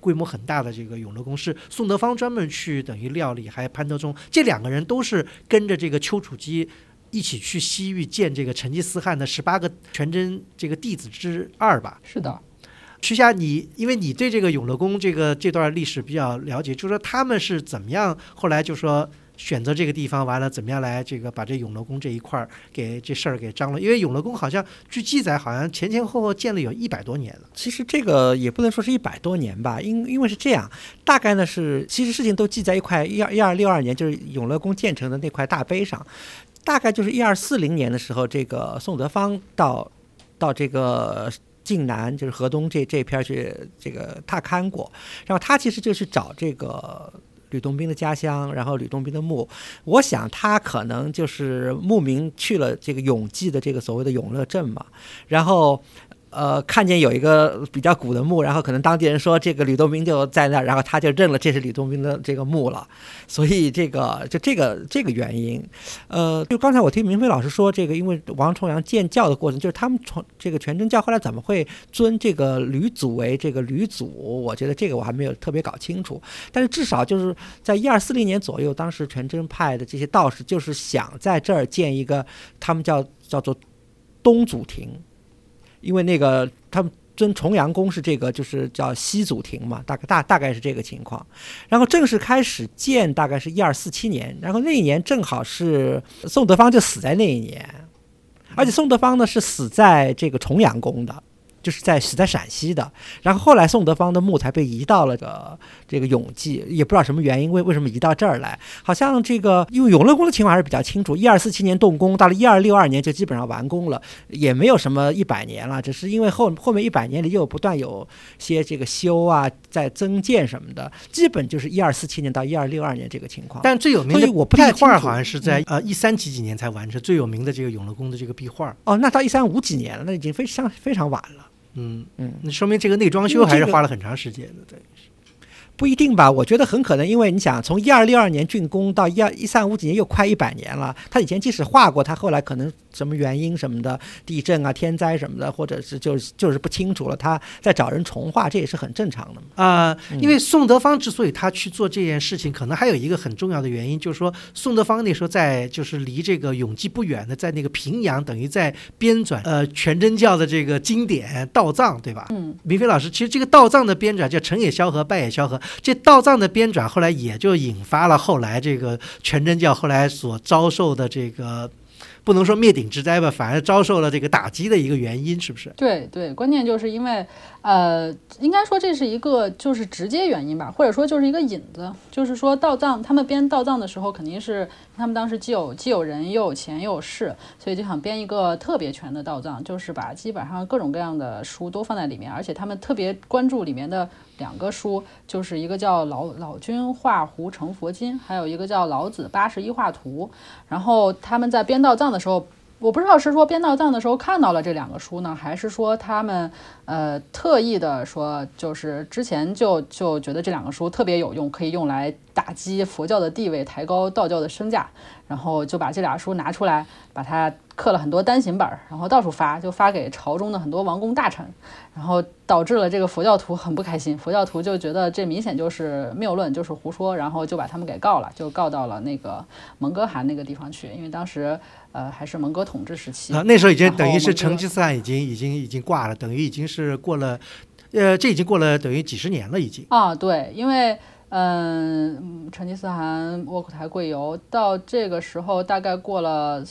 规模很大的这个永乐宫，是宋德芳专门去等于料理，还有潘德忠这两个人都是跟着这个丘处机一起去西域见这个成吉思汗的18个全真这个弟子之2吧。 是的。 徐霞，因为你对这个永乐宫这段历史比较了解，就说他们是怎么样后来就说选择这个地方，完了怎么样来这个把这永乐宫这一块给这事儿给张罗？因为永乐宫好像据记载，好像前后后建了有100多年了。 其实这个也不能说是100多年吧，因为是这样，大概呢是其实事情都记在一块1262年，就是永乐宫建成的那块大碑上。大概就是1240年的时候，这个宋德芳到这个晋南，就是河东这片去这个踏勘过，然后他其实就去找这个吕洞宾的家乡，然后吕洞宾的墓，我想他可能就是慕名去了这个永济的这个所谓的永乐镇嘛，然后看见有一个比较古的墓，然后可能当地人说这个吕洞宾就在那儿，然后他就认了这是吕洞宾的这个墓了，所以这个原因，就刚才我听明飞老师说这个，因为王重阳建教的过程，就是他们从这个全真教后来怎么会尊这个吕祖为这个吕祖，我觉得这个我还没有特别搞清楚，但是至少就是在1240年左右，当时全真派的这些道士就是想在这儿建一个，他们叫做东祖庭。因为那个他们尊重阳宫是这个，就是叫西祖庭嘛，大概是这个情况。然后正式开始建大概是1247年，然后那一年正好是宋德芳就死在那一年，而且宋德芳呢是死在这个重阳宫的。就是死在陕西的，然后后来宋德芳的墓才被移到了这个永济，也不知道什么原因，为什么移到这儿来？好像这个因为永乐宫的情况还是比较清楚，1247年动工，到了1262年就基本上完工了，也没有什么100年了，只是因为后面100年里又不断有些这个修啊、在增建什么的，基本就是1247年到1262年这个情况。 但最有名的我不太壁画好像是在13几年才完成，最有名的这个永乐宫的这个壁画。 哦，那到1350几年了，那已经非常晚了。 那说明这个内装修还是花了很长时间的，对。 不一定吧，我觉得很可能，因为你想从1262年竣工到1350几年又快100年了，他以前即使画过，他后来可能什么原因什么的，地震啊、天灾什么的，或者是就是不清楚了，他再找人重画，这也是很正常的嘛。 因为宋德芳之所以他去做这件事情，可能还有一个很重要的原因，就是说宋德芳那时候在就是离这个永济不远的，在那个平阳，等于在编纂全真教的这个经典道藏，对吧？明飞老师，其实这个道藏的编纂叫成也萧何，败也萧何。这道藏的编纂后来也就引发了后来这个全真教后来所遭受的这个不能说灭顶之灾吧，反而遭受了这个打击的一个原因，是不是？ 对，关键就是因为应该说这是一个就是直接原因吧，或者说就是一个引子，就是说道藏他们编道藏的时候，肯定是他们当时既有人又有钱又有势，所以就想编一个特别全的道藏，就是把基本上各种各样的书都放在里面，而且他们特别关注里面的2个书，就是一个叫老君画胡成佛经，还有一个叫老子81画图。然后他们在编道藏的时候，我不知道是说编道藏的时候看到了这2个书呢，还是说他们特意的说，就是之前就觉得这2个书特别有用，可以用来打击佛教的地位，抬高道教的身价，然后就把这俩书拿出来，把它刻了很多单行本，然后到处发，就发给朝中的很多王公大臣，然后导致了这个佛教徒很不开心，佛教徒就觉得这明显就是谬论，就是胡说，然后就把他们给告了，就告到了那个蒙哥汗那个地方去，因为当时还是蒙哥统治时期那时候已经等于是成吉思汗已经挂了，等于已经是过了这已经过了等于几十年了已经对，因为成吉思汗窝阔台贵游到这个时候大概过了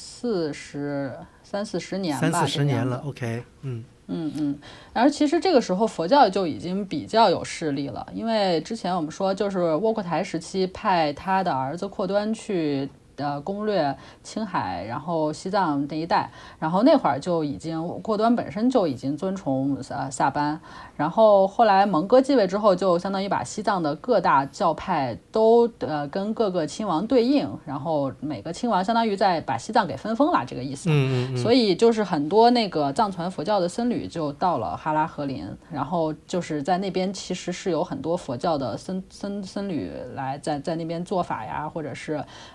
30-40年吧，30-40 年了 OK 然后其实这个时候佛教就已经比较有势力了，因为之前我们说就是窝阔台时期派他的儿子阔端去攻略青海，然后西藏那一带，然后那会儿就已经阔端本身就已经尊崇萨班，然后后来蒙哥继位之后，就相当于把西藏的各大教派都跟各个亲王对应，然后每个亲王相当于在把西藏给分封了这个意思。所以就是很多那个藏传佛教的僧侣就到了哈拉和林，然后就是在那边其实是有很多佛教的僧侣来在那边做法呀，或者是跟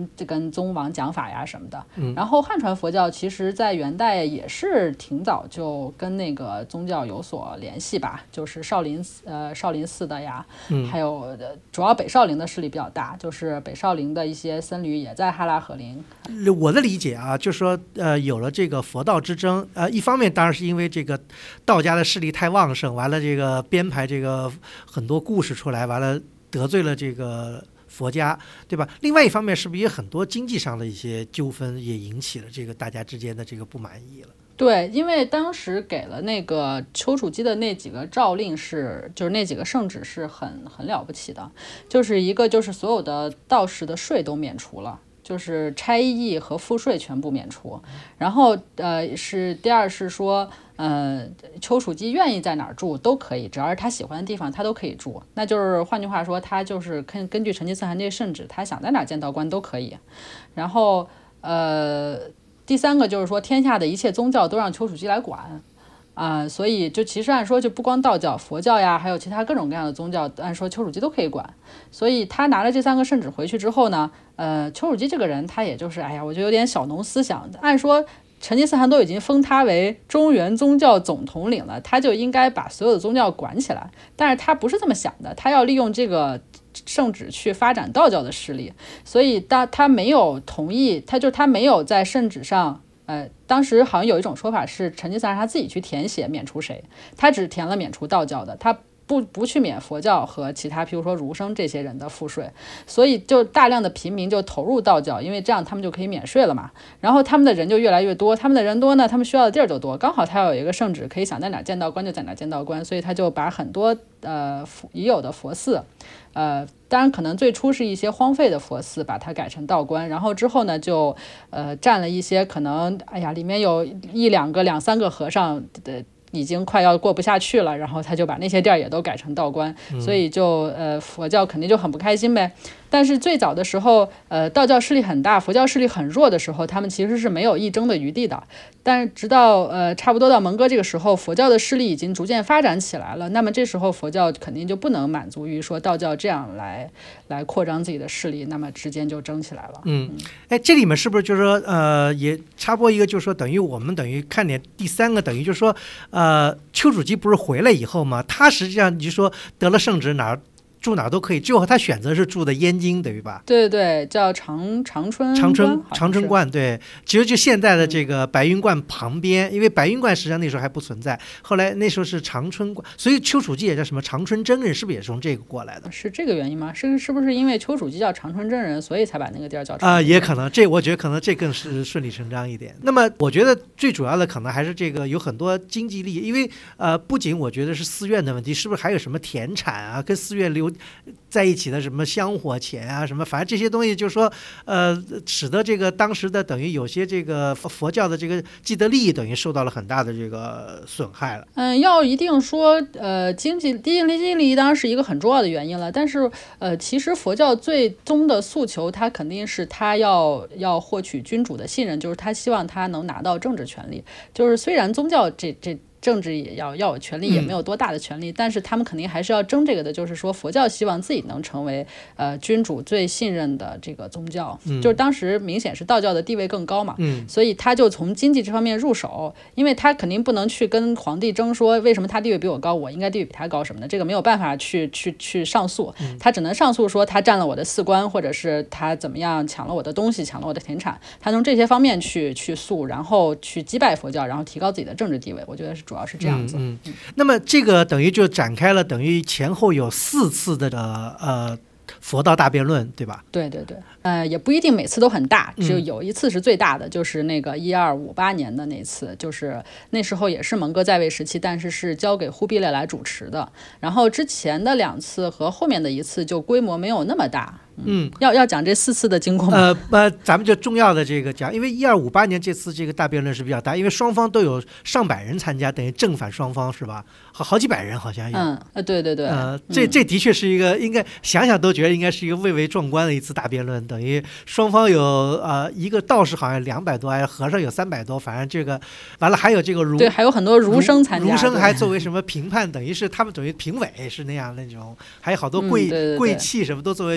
跟宗王讲法呀什么的。然后汉传佛教其实在元代也是挺早就跟那个宗教有所联系吧，就是少林寺的呀，还有主要北少林的势力比较大，就是北少林的一些僧侣也在哈拉和林。 我的理解啊，就是说有了这个佛道之争，一方面当然是因为这个道家的势力太旺盛，完了这个编排这个很多故事出来，完了得罪了这个佛家，对吧？另外一方面是不是也很多经济上的一些纠纷也引起了这个大家之间的这个不满意了？ 对，因为当时给了那个丘处机的那几个诏令就是那几个圣旨是很了不起的，就是一个就是所有的道士的税都免除了，就是差役和赋税全部免除。然后是第二是说丘处机愿意在哪儿住都可以，只要是他喜欢的地方他都可以住。那就是换句话说，他就是根据成吉思汗这个圣旨，他想在哪儿见道观都可以。然后第三个就是说，天下的一切宗教都让丘处机来管所以就其实按说就不光道教、佛教呀，还有其他各种各样的宗教，按说丘处机都可以管。所以他拿了这3个圣旨回去之后呢，丘处机这个人他也就是我觉得有点小农思想。按说成吉思汗都已经封他为中原宗教总统领了，他就应该把所有的宗教管起来。但是他不是这么想的，他要利用这个圣旨去发展道教的势力，所以他没有同意，他没有在圣旨上，当时好像有一种说法是成吉思汗他自己去填写免除谁，他只填了免除道教的，他不去免佛教和其他譬如说儒生这些人的赋税，所以就大量的平民就投入道教，因为这样他们就可以免税了嘛。然后他们的人就越来越多，他们的人多呢，他们需要的地儿就多，刚好他有一个圣旨，可以想在哪见道观就在哪见道观，所以他就把很多已有的佛寺，当然可能最初是一些荒废的佛寺，把它改成道观，然后之后呢就占了一些可能里面有2个2、3个和尚的。已经快要过不下去了，然后他就把那些地儿也都改成道观，所以就佛教肯定就很不开心呗。但是最早的时候，道教势力很大，佛教势力很弱的时候，他们其实是没有议争的余地的。但是直到差不多到蒙哥这个时候，佛教的势力已经逐渐发展起来了，那么这时候佛教肯定就不能满足于说道教这样来扩张自己的势力，那么之间就争起来了。 这里面是不是就是说也插播一个，就是说等于我们看点第3个，等于就是说丘处机不是回来以后嘛，他实际上你就说得了圣旨住哪都可以，最后他选择是住的燕京，对吧？ 对对，叫长春观， 对，其实就现在的这个白云观旁边，因为白云观实际上那时候还不存在，后来那时候是长春观，所以丘处机也叫什么长春真人，是不是也是从这个过来的？ 是这个原因吗？是不是因为丘处机叫长春真人，所以才把那个地儿叫长春？ 也可能，我觉得可能这更是顺理成章一点。那么我觉得最主要的可能还是这个有很多经济利益，因为不仅我觉得是寺院的问题，是不是还有什么田产啊，跟寺院在一起的什么香火钱啊什么，反正这些东西就是说使得这个当时的等于有些这个佛教的这个既得利益等于受到了很大的这个损害了。 要一定说经济利益当然是一个很重要的原因了，但是其实佛教最终的诉求，它肯定是他要获取君主的信任，就是他希望他能拿到政治权利，就是虽然宗教这政治也要有权利，也没有多大的权利，但是他们肯定还是要争这个的，就是说佛教希望自己能成为君主最信任的这个宗教，就是当时明显是道教的地位更高嘛，所以他就从经济这方面入手，因为他肯定不能去跟皇帝争说为什么他地位比我高，我应该地位比他高什么的，这个没有办法去上诉，他只能上诉说他占了我的寺官，或者是他怎么样抢了我的东西，抢了我的田产，他从这些方面去诉，然后去击败佛教，然后提高自己的政治地位，我觉得是主要是这样子。 那么这个等于就展开了等于前后有4次的佛道大辩论，对吧？ 对对对，也不一定每次都很大，只有一次是最大的，就是那个1258年的那次，就是那时候也是蒙哥在位时期，但是是交给忽必烈来主持的。然后之前的2次和后面的1次就规模没有那么大。要讲这4次的经过吗？ 咱们就重要的这个讲，因为1258年这次这个大辩论是比较大，因为双方都有上百人参加，等于正反双方是吧？好几百人好像有。 对对对。 这的确是一个应该想想都觉得应该是一个蔚为壮观的一次大辩论，等于双方有一个道士好像200多，和尚有300多，反正这个完了还有这个对，还有很多儒生参加， 儒生还作为什么评判，等于是他们等于评委是那样那种，还有好多贵气什么都作为评委。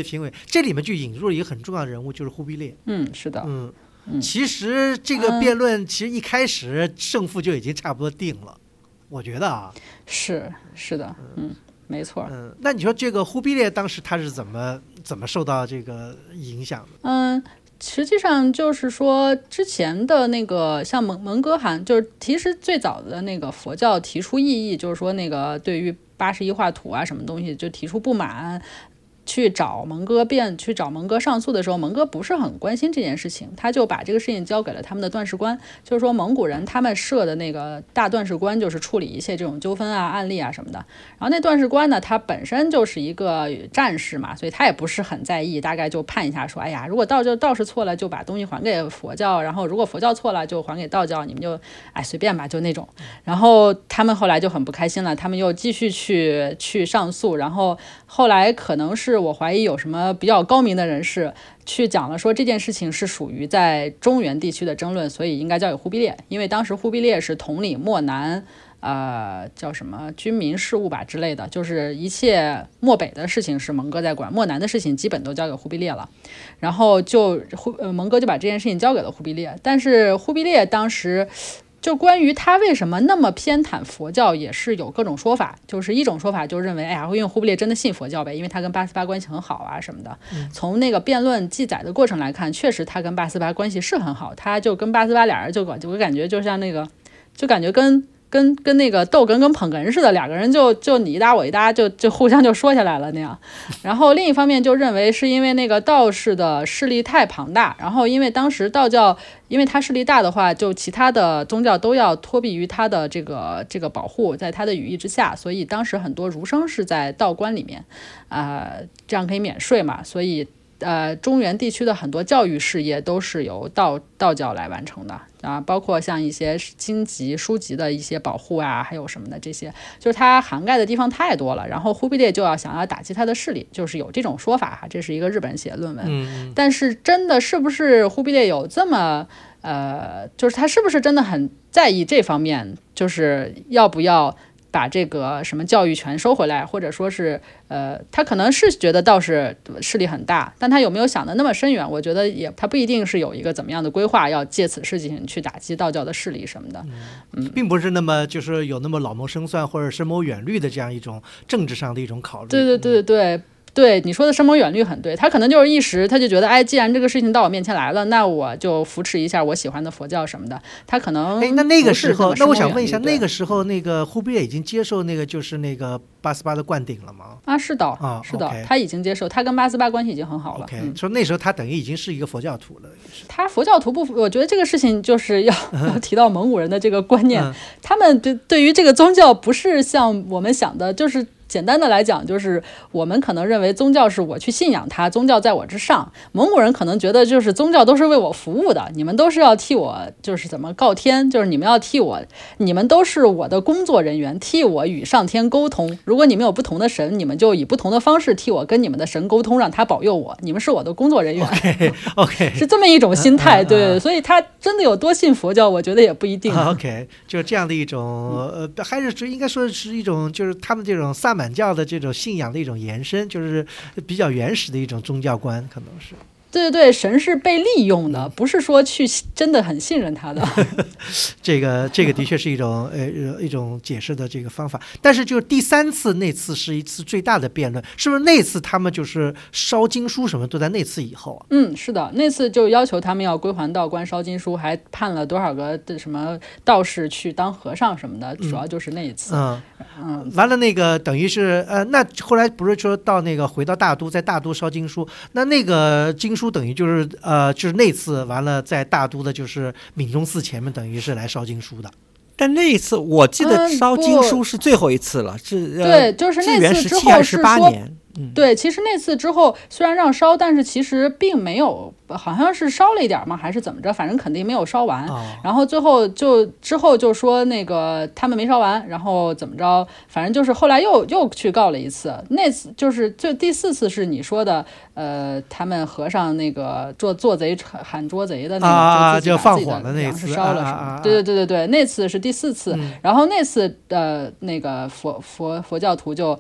这里面就引入了一个很重要的人物，就是忽必烈。 是的。 其实这个辩论其实一开始胜负就已经差不多定了，我觉得啊。 是的，没错。 那你说这个忽必烈当时他是怎么受到这个影响的？ 实际上就是说，之前的那个像蒙哥汗，就是其实最早的那个佛教提出异议，就是说那个对于81画图啊什么东西就提出不满。去找蒙哥上诉的时候，蒙哥不是很关心这件事情，他就把这个事情交给了他们的段事官，就是说蒙古人他们设的那个大段事官，就是处理一切这种纠纷啊、案例啊什么的。然后那段事官呢，他本身就是一个战士嘛，所以他也不是很在意，大概就判一下说，哎呀，如果道士错了，就把东西还给佛教，然后如果佛教错了，就还给道教，你们就随便吧，就那种。然后他们后来就很不开心了，他们又继续去上诉，然后后来可能是我怀疑有什么比较高明的人士去讲了，说这件事情是属于在中原地区的争论，所以应该交给忽必烈，因为当时忽必烈是统领漠南叫什么军民事务吧之类的，就是一切漠北的事情是蒙哥在管，漠南的事情基本都交给忽必烈了。然后蒙哥就把这件事情交给了忽必烈，但是忽必烈当时就关于他为什么那么偏袒佛教也是有各种说法，就是一种说法就认为，哎呀，因为忽必烈真的信佛教呗，因为他跟八思巴关系很好啊什么的。从那个辩论记载的过程来看，确实他跟八思巴关系是很好，他就跟八思巴俩人我感觉就像那个，就感觉跟那个逗哏跟捧哏似的，两个人就你一搭我一搭，就互相就说下来了那样。然后另一方面就认为是因为那个道士的势力太庞大，然后因为当时道教因为他势力大的话，就其他的宗教都要托庇于他的这个保护，在他的羽翼之下，所以当时很多儒生是在道观里面这样可以免税嘛，所以中原地区的很多教育事业都是由道教来完成的包括像一些经籍书籍的一些保护啊，还有什么的，这些就是它涵盖的地方太多了。然后忽必烈就想要打击他的势力，就是有这种说法这是一个日本人写的论文。但是真的是不是忽必烈有这么就是他是不是真的很在意这方面，就是要不要把这个什么教育权收回来，或者说是他可能是觉得道士势力很大，但他有没有想的那么深远，我觉得他不一定是有一个怎么样的规划，要借此事情去打击道教的势力什么的。 并不是那么就是有那么老谋深算或者深谋远虑的这样一种政治上的一种考虑。 对，你说的深谋远虑很对，他可能就是一时他就觉得，既然这个事情到我面前来了，那我就扶持一下我喜欢的佛教什么的。他可能那个时候，那我想问一下，那个时候那个忽必烈已经接受那个就是那个八思巴的灌顶了吗？ 是的，是的，他已经接受，他跟八思巴关系已经很好了。 说那时候他等于已经是一个佛教徒了。 他佛教徒不，我觉得这个事情就是要提到蒙古人的这个观念，他们对于这个宗教不是像我们想的，就是简单的来讲，就是我们可能认为宗教是我去信仰它，宗教在我之上。蒙古人可能觉得就是宗教都是为我服务的，你们都是要替我，就是怎么告天，就是你们要替我，你们都是我的工作人员，替我与上天沟通。如果你们有不同的神，你们就以不同的方式替我跟你们的神沟通，让他保佑我。你们是我的工作人员。 OK， 是这么一种心态。对，所以他真的有多信佛教，我觉得也不一定。 OK， 就是这样的一种还是应该说是一种就是他们这种萨满教的这种信仰的一种延伸，就是比较原始的一种宗教观，可能是。 对，神是被利用的，不是说去真的很信任他的。 这个的确是一种解释的这个方法。但是就第三次那次是一次最大的辩论，是不是那次他们就是烧经书什么都在那次以后啊？ 是的，那次就要求他们要归还道观烧经书，还判了多少个什么道士去当和尚什么的，主要就是那一次。 完了那个等于是那后来不是说到那个回到大都，在大都烧经书，那个经书等于就是就是那次完了在大都的就是闽中寺前面等于是来烧经书的。 但那一次我记得烧经书是最后一次了， 对，就是那次之后是 18年。 对，其实那次之后虽然让烧，但是其实并没有，好像是烧了一点吗？还是怎么着？反正肯定没有烧完。然后之后就说那个他们没烧完，然后怎么着？反正就是后来又去告了一次。那次就是第四次是你说的，他们和尚那个做贼喊捉贼的那个， 就放火的那次烧了什么？对，那次是第四次。然后那次那个佛教徒就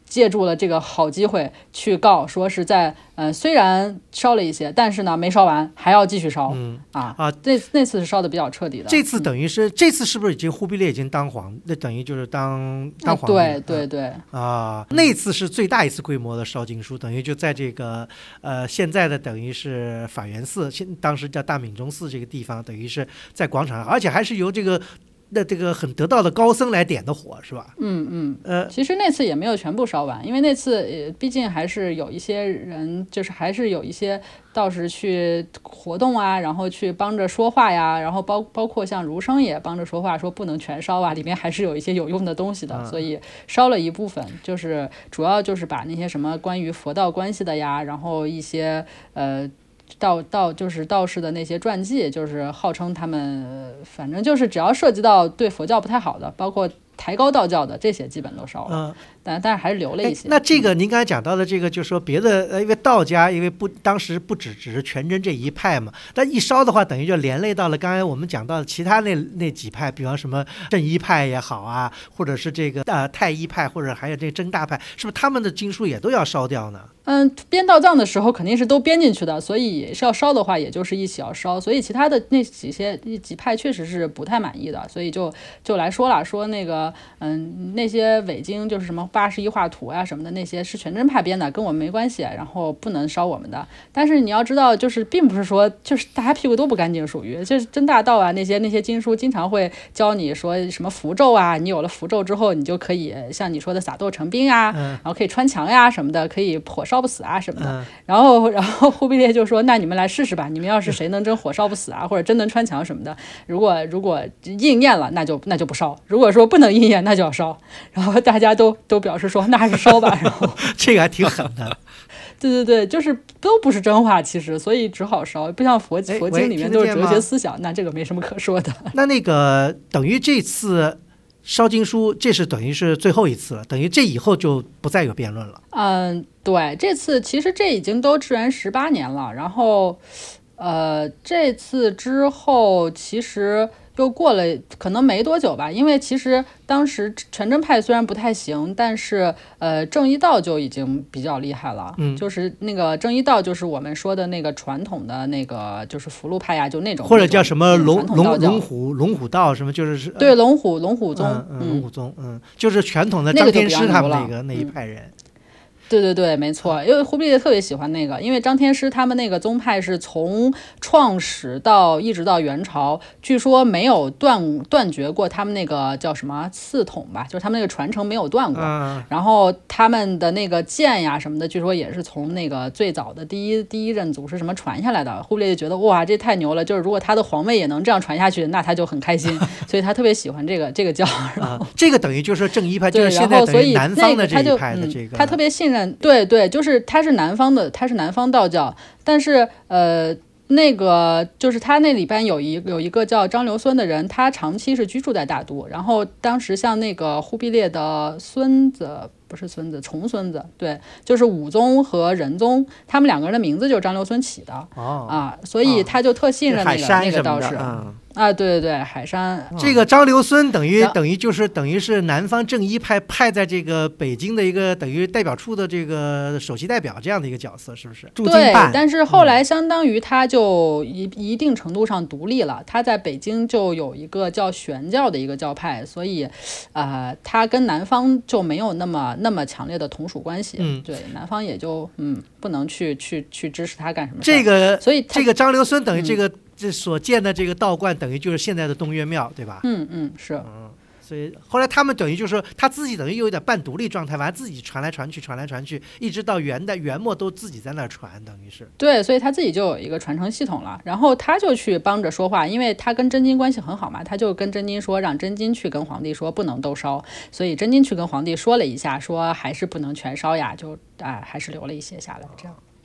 借助了这个好机会去告，说是在虽然烧了一些，但是呢没烧完，还要继续烧。那次是烧的比较彻底的。 这次等于是这次是不是已经忽必烈已经当皇，那等于就是当皇帝？ 对那次是最大一次规模的烧经书，等于就在这个现在的等于是法源寺，当时叫大闽中寺这个地方，等于是在广场上，而且还是由这个很得道的高僧来点的火，是吧？ 其实那次也没有全部烧完，因为那次毕竟还是有一些人，就是还是有一些道士去活动啊，然后去帮着说话呀，然后包括像儒生也帮着说话，说不能全烧啊，里面还是有一些有用的东西的，所以烧了一部分，就是主要就是把那些什么关于佛道关系的呀，然后一些就是道士的那些传记，就是号称他们反正就是只要涉及到对佛教不太好的，包括抬高道教的这些基本都烧了。但是还是留了一些。 那这个您刚才讲到的这个，就是说别的，因为道家因为当时不只是全真这一派嘛，但一烧的话，等于就连累到了刚才我们讲到的其他那几派，比方什么正一派也好啊，或者是这个太一派，或者还有这真大派，是不是他们的经书也都要烧掉呢？ 编道藏的时候肯定是都编进去的，所以是要烧的话，也就是一起要烧。所以其他的那几派确实是不太满意的，所以就来说了，说那个那些伪经就是什么81画图啊什么的，那些是全真派编的，跟我们没关系，然后不能烧我们的。但是你要知道，就是并不是说就是大家屁股都不干净，属于就是真大道啊那些经书经常会教你说什么符咒啊，你有了符咒之后，你就可以像你说的撒豆成兵啊，然后可以穿墙呀什么的，可以火烧不死啊什么的。然后忽必烈就说，那你们来试试吧，你们要是谁能真火烧不死啊，或者真能穿墙什么的，如果应验了，那就不烧；如果说不能应验，那就要烧。然后大家都表示说，那还是烧吧。然后这个还挺狠的。 对，就是都不是真话，其实，所以只好烧，不像佛经里面都是哲学思想，那这个没什么可说的。 那个等于这次烧经书，这是等于是最后一次了，等于这以后就不再有辩论了。 对，这次其实这已经都至元18年了，然后这次之后其实又过了可能没多久吧，因为其实当时全真派虽然不太行，但是正一道就已经比较厉害了。就是那个正一道就是我们说的那个传统的那个就是福禄派呀，就那种或者叫什么龙虎道什么，就是对龙虎宗， 龙虎宗，就是传统的张天师他们那一派人。 对，没错，因为忽必烈特别喜欢那个，因为张天师他们那个宗派是从创始一直到元朝，据说没有断绝过他们那个叫什么四统吧，就是他们那个传承没有断过。然后他们的那个剑呀什么的，据说也是从那个最早的第一任祖师什么传下来的。忽必烈就觉得哇，这太牛了，就是如果他的皇位也能这样传下去，那他就很开心，所以他特别喜欢这个教。 这个等于就是正一派，就是现在等于南方的这一派的这个， 他特别信任。对，就是他是南方道教，但是那个就是他那里边有一个叫张留孙的人，他长期是居住在大都，然后当时像那个忽必烈的重孙子，对，就是武宗和仁宗，他们两个人的名字就是张留孙起的。所以他就特信任那个道士。对，海山。 这个张留孙等于是南方正一派在这个北京的一个等于代表处的这个首席代表这样的一个角色，是不是？ 对，但是后来相当于他就一定程度上独立了，他在北京就有一个叫玄教的一个教派，所以他跟南方就没有那么强烈的同属关系。对，南方也就不能去支持他干什么事。所以这个张留孙等于这所建的这个道观等于就是现在的东岳庙，对吧？ 是。 所以后来他们等于就是说他自己等于有点半独立状态，完自己传来传去，一直到元末都自己在那儿传，等于是。 对，所以他自己就有一个传承系统了，然后他就去帮着说话，因为他跟真金关系很好嘛，他就跟真金说，让真金去跟皇帝说不能都烧，所以真金去跟皇帝说了一下，说还是不能全烧呀，就还是留了一些下来，这样。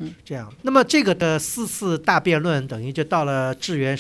这样。那么这个的4次大辩论等于就到了至元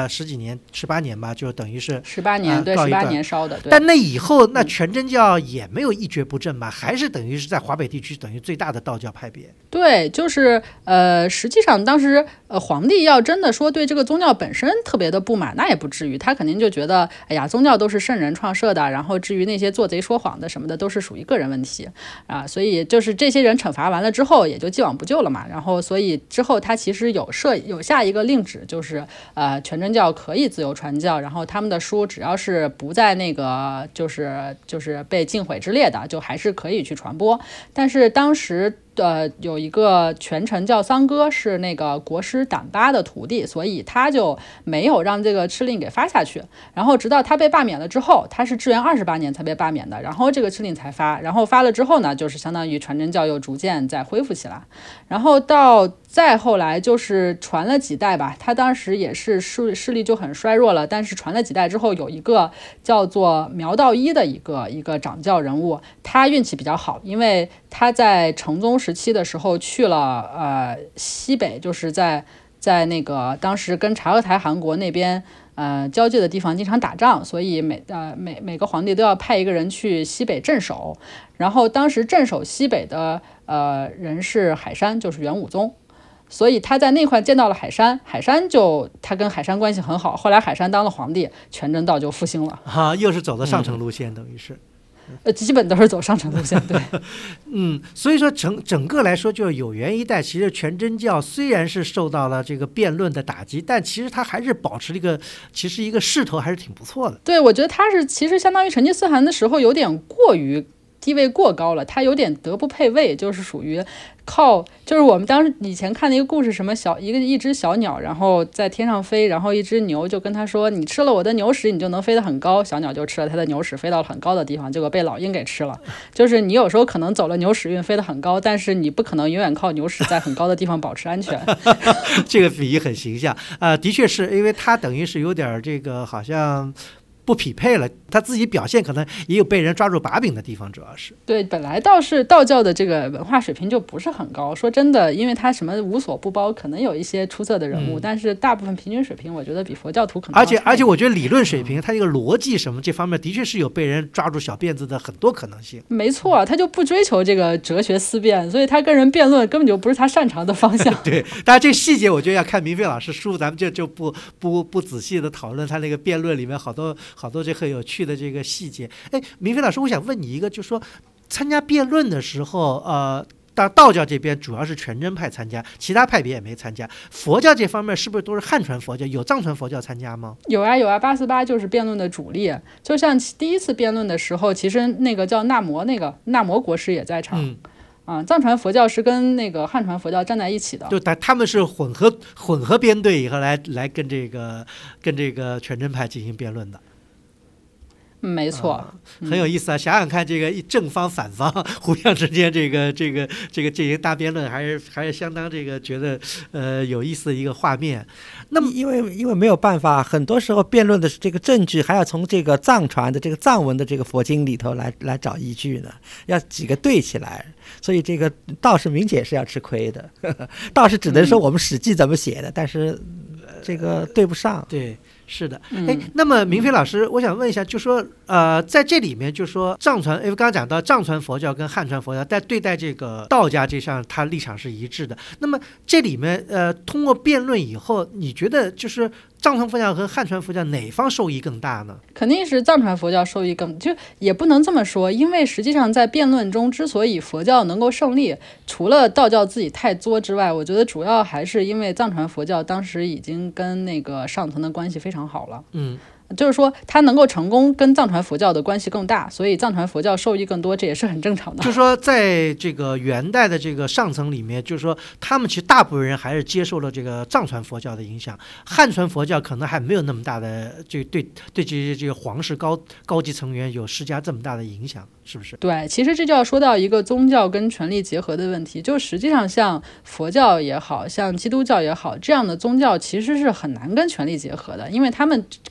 18年吧，就等于是 18年，对，18年烧的。对， 但那以后那全真教也没有一蹶不振吧，还是等于是在华北地区等于最大的道教派别。 对，就是实际上当时皇帝要真的说对这个宗教本身特别的不满，那也不至于，他肯定就觉得，哎呀，宗教都是圣人创设的，然后至于那些做贼说谎的什么的，都是属于个人问题啊，所以就是这些人惩罚完了之后，也就既往不咎了嘛。然后所以之后他其实有下一个令旨，就是全真教可以自由传教，然后他们的书只要是不在那个就是被禁毁之列的，就还是可以去传播。但是当时有一个权臣叫桑哥，是那个国师胆巴的徒弟，所以他就没有让这个敕令给发下去。然后直到他被罢免了之后，他是至元28年才被罢免的，然后这个敕令才发。然后发了之后呢，就是相当于全真教又逐渐再恢复起来。然后到再后来就是传了几代吧，他当时也是势力就很衰弱了，但是传了几代之后，有一个叫做苗道一的一个掌教人物，他运气比较好，因为他在成宗时期的时候去了西北，就是在那个当时跟察合台汗国那边交界的地方经常打仗，所以每个皇帝都要派一个人去西北镇守。然后当时镇守西北的人是海山，就是元武宗。所以他在那块见到了海山，他跟海山关系很好。后来海山当了皇帝，全真道就复兴了。 又是走的上乘路线，等于是。 基本都是走上乘路线，对。 所以说整个来说，就有元一代，其实全真教虽然是受到了这个辩论的打击，但其实它还是保持了一个势头，还是挺不错的。 对，我觉得他是其实相当于成吉思汗的时候有点过于地位过高了，他有点德不配位，就是属于就是我们当时以前看的一个故事，什么一只小鸟，然后在天上飞，然后一只牛就跟他说，你吃了我的牛屎，你就能飞得很高。小鸟就吃了他的牛屎，飞到了很高的地方，结果被老鹰给吃了。就是你有时候可能走了牛屎运，飞得很高，但是你不可能永远靠牛屎在很高的地方保持安全。 这个比喻很形象的确是因为他等于是有点这个好像不匹配了，他自己表现可能也有被人抓住把柄的地方，主要是对，本来倒是道教的这个文化水平就不是很高，说真的，因为他什么无所不包，可能有一些出色的人物，但是大部分平均水平，我觉得比佛教徒可能而且我觉得理论水平，他这个逻辑什么这方面的确是有被人抓住小辫子的很多可能性。 没错，他就不追求这个哲学思辨，所以他跟人辩论根本就不是他擅长的方向。 对，当然这细节我觉得要看明飞老师书，咱们就不仔细的讨论他那个辩论里面好多这很有趣的这个细节。明飞老师，我想问你一个，就是说参加辩论的时候，道教这边主要是全真派参加，其他派别也没参加。佛教这方面是不是都是汉传佛教？有藏传佛教参加吗？ 有啊，848就是辩论的主力。就像第一次辩论的时候，其实那个叫纳摩国师也在场。藏传佛教是跟那个汉传佛教站在一起的， 就他们是混合编队以后来跟这个全真派进行辩论的。 没错， 很有意思啊！想想看，这个正方反方互相之间这个进行大辩论，还是相当这个觉得有意思的一个画面。那么因为没有办法，很多时候辩论的这个证据还要从这个藏传的这个藏文的这个佛经里头来找依据呢，要几个对起来，所以这个道士明显是要吃亏的。道士只能说我们《史记》怎么写的，但是这个对不上。 对。是的，那么明飞老师，我想问一下，就说在这里面，就说藏传，因为刚刚讲到藏传佛教跟汉传佛教在对待这个道家这上，他立场是一致的。那么这里面通过辩论以后，你觉得就是藏传佛教和汉传佛教哪方受益更大呢？ 肯定是藏传佛教受益更，就也不能这么说，因为实际上在辩论中，之所以佛教能够胜利，除了道教自己太作之外，我觉得主要还是因为藏传佛教当时已经跟那个上层的关系非常好了。就是说它能够成功跟藏传佛教的关系更大，所以藏传佛教受益更多，这也是很正常的。 就是说在这个元代的这个上层里面，就是说他们其实大部分人还是接受了这个藏传佛教的影响，汉传佛教可能还没有那么大的对这个皇室高级成员有施加这么大的影响，是不是？ 对，其实这就要说到一个宗教跟权力结合的问题，就实际上像佛教也好，像基督教也好，这样的宗教其实是很难跟权力结合的，因为他们需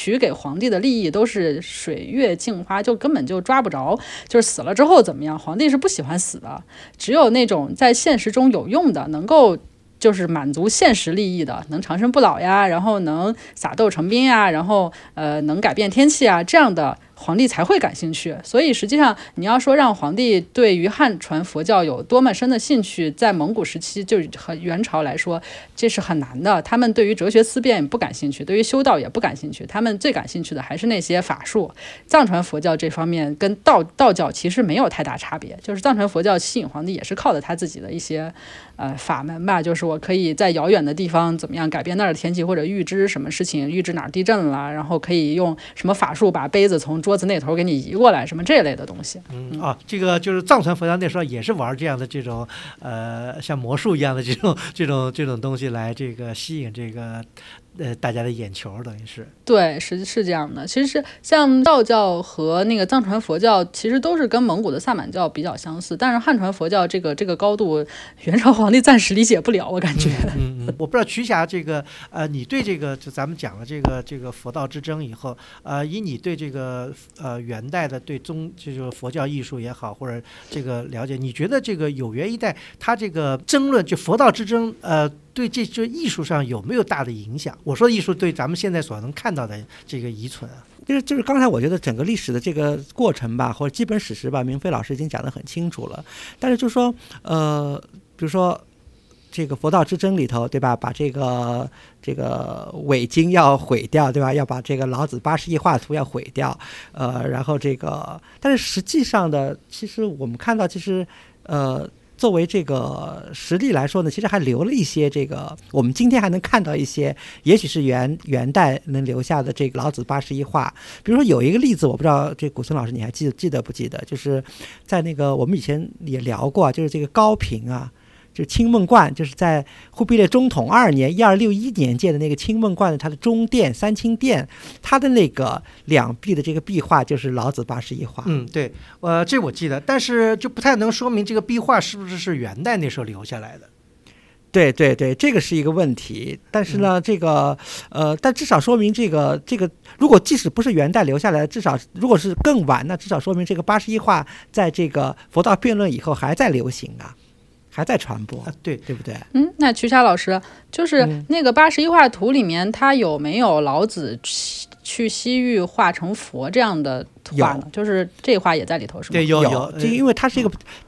取给皇帝的利益都是水月镜花，就根本就抓不着，就是死了之后怎么样，皇帝是不喜欢死的，只有那种在现实中有用的，能够就是满足现实利益的，能长生不老呀，然后能撒豆成兵呀，然后能改变天气啊，这样的皇帝才会感兴趣。所以实际上你要说让皇帝对于汉传佛教有多么深的兴趣，在蒙古时期就和元朝来说这是很难的。他们对于哲学思辨不感兴趣，对于修道也不感兴趣，他们最感兴趣的还是那些法术。藏传佛教这方面跟道教其实没有太大差别，就是藏传佛教吸引皇帝也是靠着他自己的一些法门吧，就是我可以在遥远的地方怎么样改变那儿的天气，或者预知什么事情，预知哪儿地震了，然后可以用什么法术把杯子从桌子那头给你移过来，什么这类的东西。 这个就是藏传佛教那时候也是玩这样的这种像魔术一样的这种东西来这个吸引这个大家的眼球，等于是对，是这样的。其实是像道教和那个藏传佛教，其实都是跟蒙古的萨满教比较相似，但是汉传佛教这个高度，元朝皇帝暂时理解不了，我感觉。 我不知道瞿霞这个你对这个就咱们讲了这个佛道之争以后，以你对这个元代的对这个佛教艺术也好，或者这个了解，你觉得这个有元一代他这个争论就佛道之争对这艺术上有没有大的影响？我说的艺术对咱们现在所能看到的这个遗存啊， 就是刚才我觉得整个历史的这个过程吧，或者基本史实吧，明飞老师已经讲得很清楚了。但是就说比如说这个佛道之争里头，对吧？把这个伪经要毁掉，对吧？要把这个老子81义画图要毁掉，然后但是实际上的，其实我们看到，其实作为这个实例来说呢，其实还留了一些这个，我们今天还能看到一些，也许是元代能留下的这个老子81义画。比如说有一个例子，我不知道这古村老师你还记得不记得？就是在那个我们以前也聊过，就是这个高平啊。就是清梦观，就是在忽必烈中统2年1261年建的那个清梦观的它的中殿三清殿，它的那个两壁的这个壁画就是老子81义画。 对，这我记得，但是就不太能说明这个壁画是不是元代那时候留下来的。 对，这个是一个问题。但是呢，但至少说明这个，如果即使不是元代留下来的，至少如果是更晚，那至少说明这个81画在这个佛道辩论以后还在流行啊。还在传播，对不对？ 那瞿霞老师，就是那个81画图里面，它有没有老子去西域化成佛这样的图画呢？就是这画也在里头，是吗？ 对，有， 因为它这个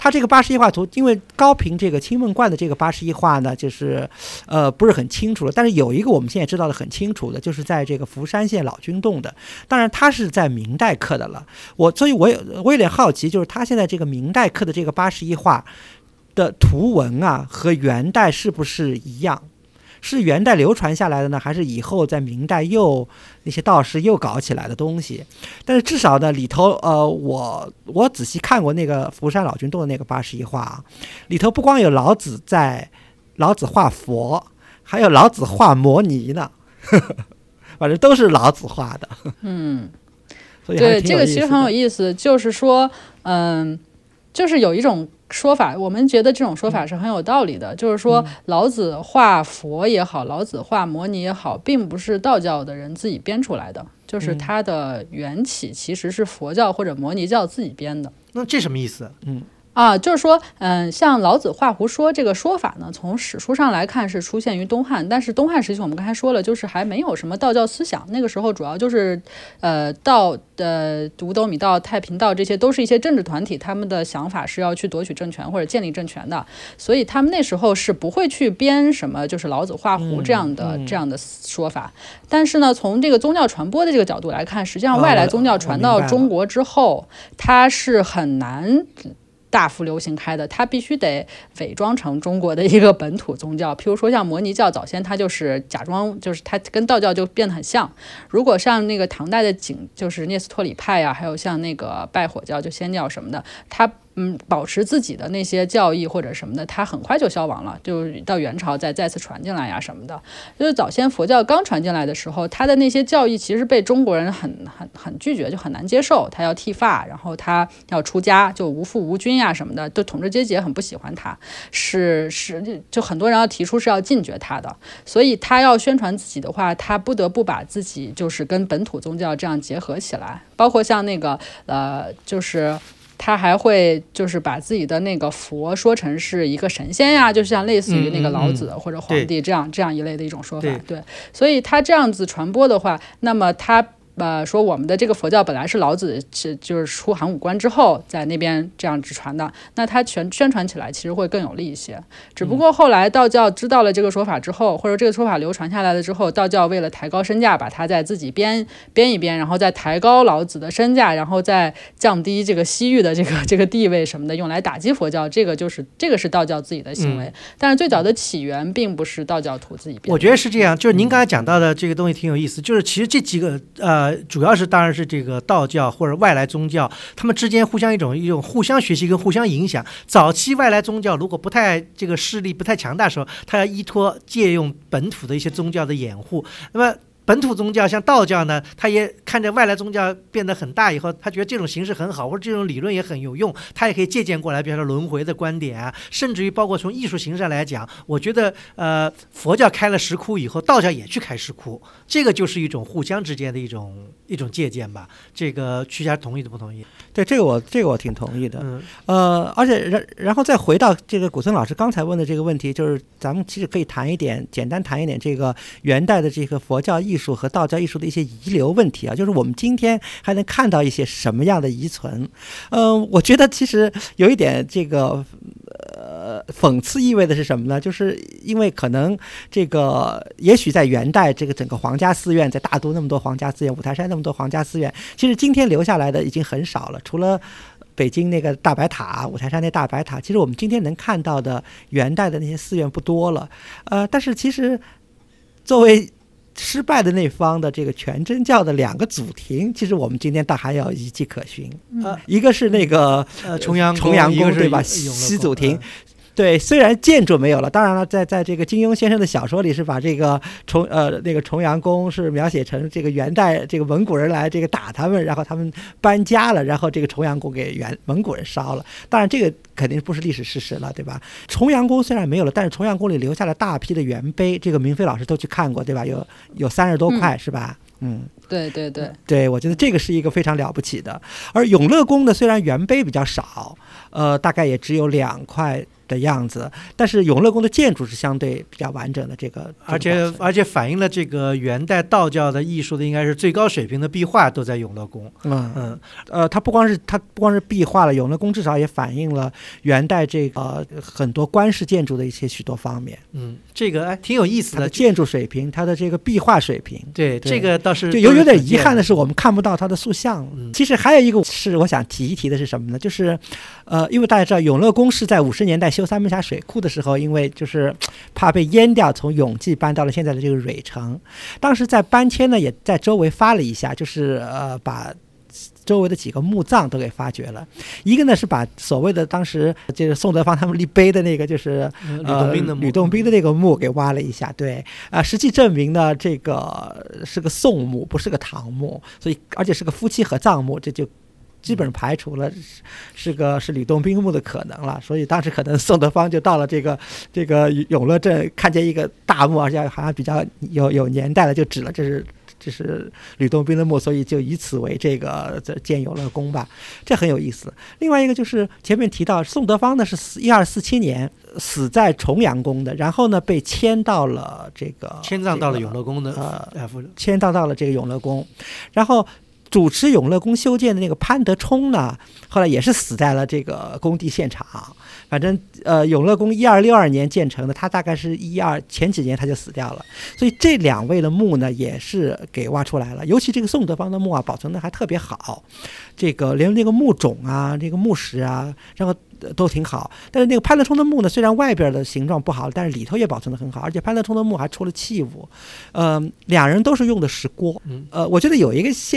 81画图，因为高平这个清梦观的这个81画呢，就是不是很清楚了。但是有一个我们现在知道的很清楚的，就是在这个福山县老君洞的，当然它是在明代刻的了。所以我有点好奇，就是他现在这个明代刻的这个81画。的图文啊和元代是不是一样？是元代流传下来的呢，还是以后在明代那些道士又搞起来的东西？但是至少呢，里头我仔细看过那个福山老君洞的那个81画啊，里头不光有老子画佛，还有老子画摩尼呢，反正都是老子画的。所以对，这个其实很有意思，就是说，就是有一种说法，我们觉得这种说法是很有道理的，就是说老子画佛也好，老子画摩尼也好，并不是道教的人自己编出来的，就是它的缘起其实是佛教或者摩尼教自己编的。 那这什么意思？ 就是说，像老子画胡说这个说法呢，从史书上来看是出现于东汉，但是东汉时期我们刚才说了，就是还没有什么道教思想，那个时候主要就是五斗米道、太平道这些都是一些政治团体，他们的想法是要去夺取政权或者建立政权的，所以他们那时候是不会去编什么就是老子画胡这样的说法。但是呢，从这个宗教传播的这个角度来看，实际上外来宗教传到中国之后，它是很难大幅流行开的，它必须得伪装成中国的一个本土宗教。譬如说像摩尼教，早先它就是假装，就是它跟道教就变得很像。如果像那个唐代的就是聂斯托里派啊，还有像那个拜火教就仙教什么的，它保持自己的那些教义或者什么的，它很快就消亡了，就到元朝再次传进来呀什么的。就是早先佛教刚传进来的时候，它的那些教义其实被中国人很拒绝，就很难接受。他要剃发，然后他要出家，就无父无君呀什么的，就统治阶级也很不喜欢他，就很多人要提出是要禁绝他的。所以他要宣传自己的话，他不得不把自己就是跟本土宗教这样结合起来，包括像那个就是他还会就是把自己的那个佛说成是一个神仙呀，就像类似于那个老子或者皇帝这样一类的一种说法。对，所以他这样子传播的话，那么他说我们的这个佛教本来是老子就是出函谷关之后在那边这样子传的，那他宣传起来其实会更有利一些。只不过后来道教知道了这个说法之后，或者这个说法流传下来了之后，道教为了抬高身价，把它再自己编一编，然后再抬高老子的身价，然后再降低这个西域的这个地位什么的，用来打击佛教。这个是道教自己的行为，但是最早的起源并不是道教徒自己编的。 我觉得是这样，就是您刚才讲到的这个东西挺有意思，就是其实这几个主要是当然是这个道教或者外来宗教，他们之间互相一种互相学习跟互相影响。早期外来宗教如果不太这个势力不太强大的时候，他要依托借用本土的一些宗教的掩护，那么本土宗教像道教呢，他也看着外来宗教变得很大以后，他觉得这种形式很好，或者这种理论也很有用，他也可以借鉴过来，比如说轮回的观点啊，甚至于包括从艺术形式上来讲，我觉得佛教开了石窟以后，道教也去开石窟，这个就是一种互相之间的一种借鉴吧。这个曲霞同意的不同意？ 对，这个我挺同意的。而且然后再回到这个古森老师刚才问的这个问题，就是咱们其实可以简单谈一点这个元代的这个佛教艺术和道教艺术的一些遗留问题啊，就是我们今天还能看到一些什么样的遗存？我觉得其实有一点这个讽刺意味的是什么呢？就是因为可能这个也许在元代这个整个皇家寺院，在大都那么多皇家寺院，五台山那么多皇家寺院，其实今天留下来的已经很少了，除了北京那个大白塔，五台山那大白塔，其实我们今天能看到的元代的那些寺院不多了。但是其实作为失败的那方的这个全真教的两个祖庭，其实我们今天倒还有遗迹可循。一个是那个重阳宫对吧？西祖庭。对，虽然建筑没有了，当然了，在这个金庸先生的小说里是把这个那个重阳宫是描写成这个元代这个蒙古人来这个打他们，然后他们搬家了，然后这个重阳宫给蒙古人烧了。当然这个肯定不是历史事实了，对吧？重阳宫虽然没有了，但是重阳宫里留下了大批的元碑，这个明飞老师都去看过，对吧？有30多块，是吧？对，我觉得这个是一个非常了不起的。而永乐宫呢，虽然元碑比较少，大概也只有2块的样子，但是永乐宫的建筑是相对比较完整的。而且反映了这个元代道教的艺术的应该是最高水平的壁画都在永乐宫。 它不光是壁画了，永乐宫至少也反映了元代这个很多官式建筑的一些许多方面。 这个挺有意思的， 它的建筑水平，它的这个壁画水平。 对，这个倒是就有点遗憾的是，我们看不到它的塑像。其实还有一个是我想提一提的是什么呢？就是因为大家知道永乐宫是在50年代修三门峡水库的时候，因为就是怕被淹掉，从永济搬到了现在的这个蕤城。当时在搬迁呢，也在周围发了一下，就是把周围的几个墓葬都给发掘了。一个呢是把所谓的当时就是宋德芳他们立碑的那个就是吕洞宾的那个墓给挖了一下。对，实际证明呢这个是个宋墓，不是个唐墓，所以而且是个夫妻合葬墓，这就基本排除了是吕洞宾墓的可能了。所以当时可能宋德芳就到了这个永乐镇，看见一个大墓，而且好像比较有年代了，就指了这是吕洞宾的墓，所以就以此为这建永乐宫吧，这很有意思。另外一个就是前面提到宋德芳呢是1247年死在重阳宫的，然后呢被迁到了迁葬到了永乐宫的迁葬到了这个永乐宫，然后主持永乐宫修建的那个潘德充呢，后来也是死在了这个工地现场。反正永乐宫1262年建成的，他大概是前几年他就死掉了，所以这2位的墓呢也是给挖出来了。尤其这个宋德芳的墓啊，保存的还特别好，这个连那个墓种啊、这个墓石啊，然后都挺好。但是那个潘德充的墓呢，虽然外边的形状不好，但是里头也保存的很好，而且潘德充的墓还出了器物。2人都是用的石锅。我觉得有一个现象很有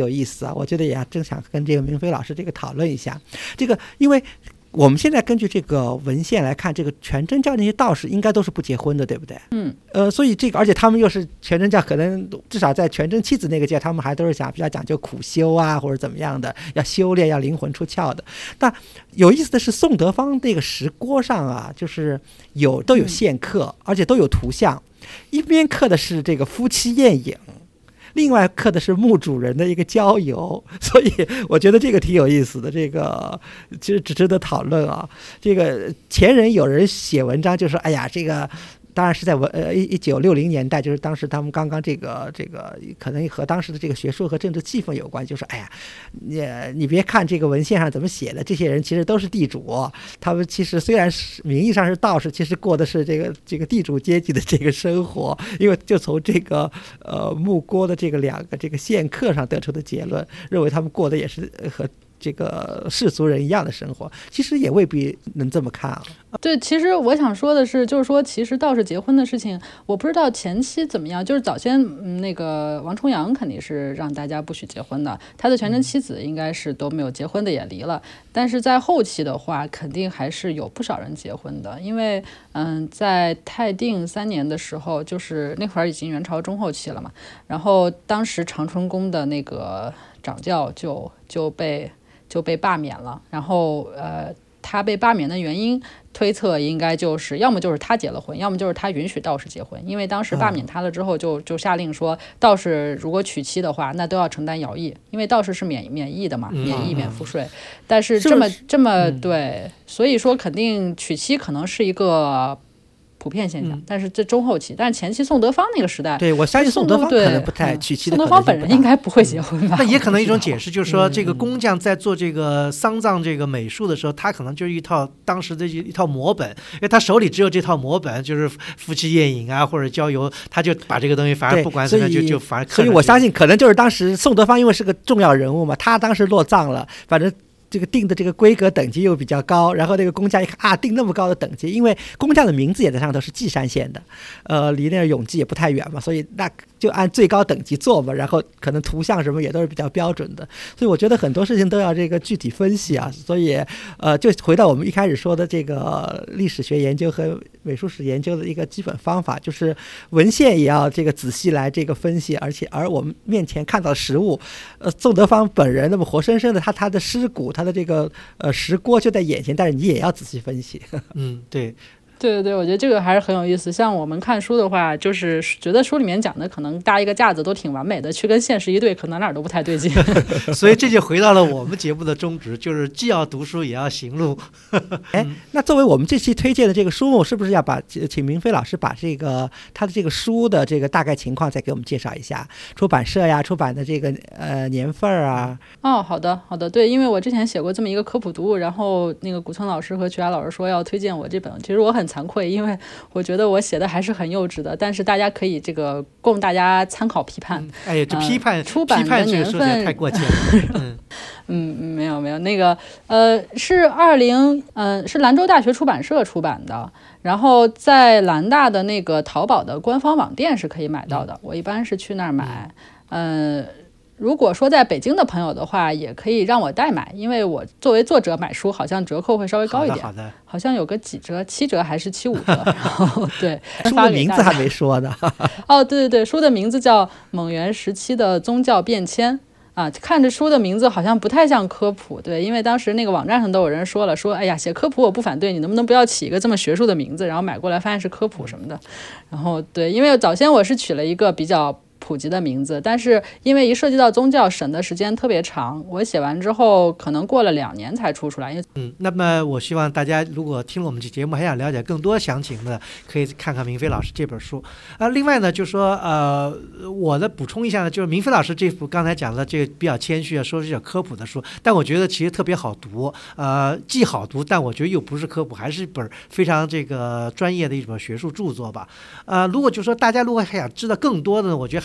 有意思啊，我觉得也正想跟这个明飞老师这个讨论一下。这个因为我们现在根据这个文献来看，这个全真教那些道士应该都是不结婚的，对不对？所以这个而且他们又是全真教，可能至少在全真七子那个届，他们还都是比较讲究苦修啊，或者怎么样的，要修炼，要灵魂出窍的。但有意思的是，宋德芳那个石锅上啊，就是都有线刻，而且都有图像，一边刻的是这个夫妻宴饮，另外刻的是墓主人的一个郊游，所以我觉得这个挺有意思的，这个其实只值得讨论啊。这个前人有人写文章就说，哎呀，这个当然是在1960年代，就是当时他们刚刚这个可能和当时的这个学术和政治气氛有关，就是哎呀，你别看这个文献上怎么写的，这些人其实都是地主，他们其实虽然是名义上是道士，其实过的是这个地主阶级的这个生活，因为就从这个木锅的这个两个这个线刻上得出的结论，认为他们过的也是和这个世俗人一样的生活，其实也未必能这么看啊。 对，其实我想说的是，就是说，其实道士结婚的事情，我不知道前期怎么样。就是早先，那个王重阳肯定是让大家不许结婚的，他的全真七子应该是都没有结婚的，也离了。但是在后期的话，肯定还是有不少人结婚的，因为在太定3年的时候，就是那会儿已经元朝中后期了嘛，然后当时长春宫的那个掌教就被罢免了，然后他被罢免的原因推测应该就是要么就是他结了婚，要么就是他允许道士结婚，因为当时罢免他了之后就下令说，道士如果娶妻的话，那都要承担徭役，因为道士是免役的嘛，免役免赋税。但是这么对，所以说肯定娶妻可能是一个普遍现象，但是这中后期，但是前期宋德芳那个时代， 对，我相信宋德芳可能不太娶妻的， 宋德芳本人应该不会结婚吧？ 那也可能一种解释就是说，这个工匠在做这个丧葬这个美术的时候，他可能就是一套当时的一套摹本，因为他手里只有这套摹本，就是夫妻宴饮啊或者郊游，他就把这个东西反而不管怎么样就反而刻上去。 所以我相信可能就是当时宋德芳因为是个重要人物嘛，他当时落葬了，反正这个定的这个规格等级又比较高，然后那个工匠一看啊，定那么高的等级，因为工匠的名字也在上头，是稷山县的，离那永济也不太远嘛，所以那就按最高等级做嘛，然后可能图像什么也都是比较标准的，所以我觉得很多事情都要这个具体分析啊，所以就回到我们一开始说的这个历史学研究和美术史研究的一个基本方法，就是文献也要这个仔细来这个分析，而我们面前看到的实物，宋德芳本人那么活生生的他的尸骨，他的这个石锅就在眼前，但是你也要仔细分析。 对。 对，我觉得这个还是很有意思。像我们看书的话，就是觉得书里面讲的可能搭一个架子都挺完美的，去跟现实一对，可能哪儿都不太对劲。 所以这就回到了我们节目的宗旨，就是既要读书也要行路。 那作为我们这期推荐的这个书目，是不是要请明飞老师把这个他的这个书的这个大概情况再给我们介绍一下，出版社呀，出版的这个年份啊？ 好的，对，因为我之前写过这么一个科普读物，然后那个古村老师和曲雅老师说要推荐我这本，其实我很惭愧，因为我觉得我写的还是很幼稚的，但是大家可以这个供大家参考批判。 这批判出版的年份太过界了。 没有那个是是兰州大学出版社出版的，然后在兰大的那个淘宝的官方网店是可以买到的，我一般是去那儿买。如果说在北京的朋友的话，也可以让我代买，因为我作为作者买书，好像折扣会稍微高一点，好像有个几折，7折还是7、5折。然后对， 书的名字还没说呢。 对，书的名字叫《蒙元时期的宗教变迁》。看着书的名字好像不太像科普，对，因为当时那个网站上都有人说哎呀，写科普我不反对，你能不能不要起一个这么学术的名字？然后买过来发现是科普什么的，然后对，因为早先我是取了一个比较普及的名字，但是因为一涉及到宗教，审的时间特别长，我写完之后可能过了2年才出来。 那么我希望大家如果听了我们这节目还想了解更多详情的，可以看看明飞老师这本书。另外呢，就是说我的补充一下呢，就是明飞老师这部刚才讲的这个比较谦虚说是叫科普的书，但我觉得其实特别好读，既好读，但我觉得又不是科普，还是一本非常这个专业的一本学术著作吧。如果就说大家如果还想知道更多的呢，我觉得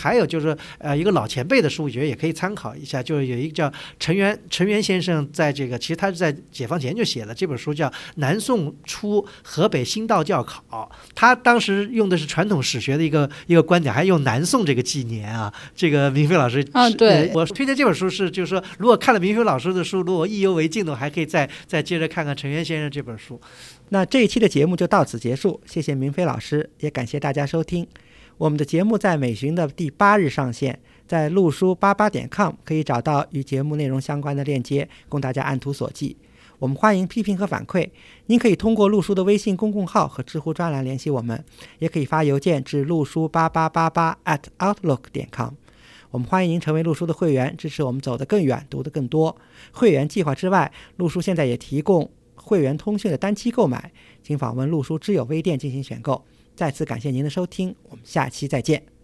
还有就是一个老前辈的书，我觉得也可以参考一下，就是有一个叫陈元先生，在这个其实他是在解放前就写了这本书，叫《南宋初河北新道教考》，他当时用的是传统史学的一个观点，还用南宋这个纪年啊。这个明飞老师对， 我推荐这本书是，就是说如果看了明飞老师的书，如果意犹未尽的，还可以再接着看看陈元先生这本书。 那这一期的节目就到此结束，谢谢明飞老师，也感谢大家收听。我们的节目在每旬的第8日上线，在路书88.com 可以找到与节目内容相关的链接，供大家按图索骥。我们欢迎批评和反馈，您可以通过路书的微信公共号和知乎专栏联系我们，也可以发邮件至路书8888@outlook.com。我们欢迎您成为路书的会员，支持我们走得更远，读得更多。会员计划之外，路书现在也提供会员通讯的单期购买，请访问路书知友微店进行选购。再次感谢您的收听，我们下期再见。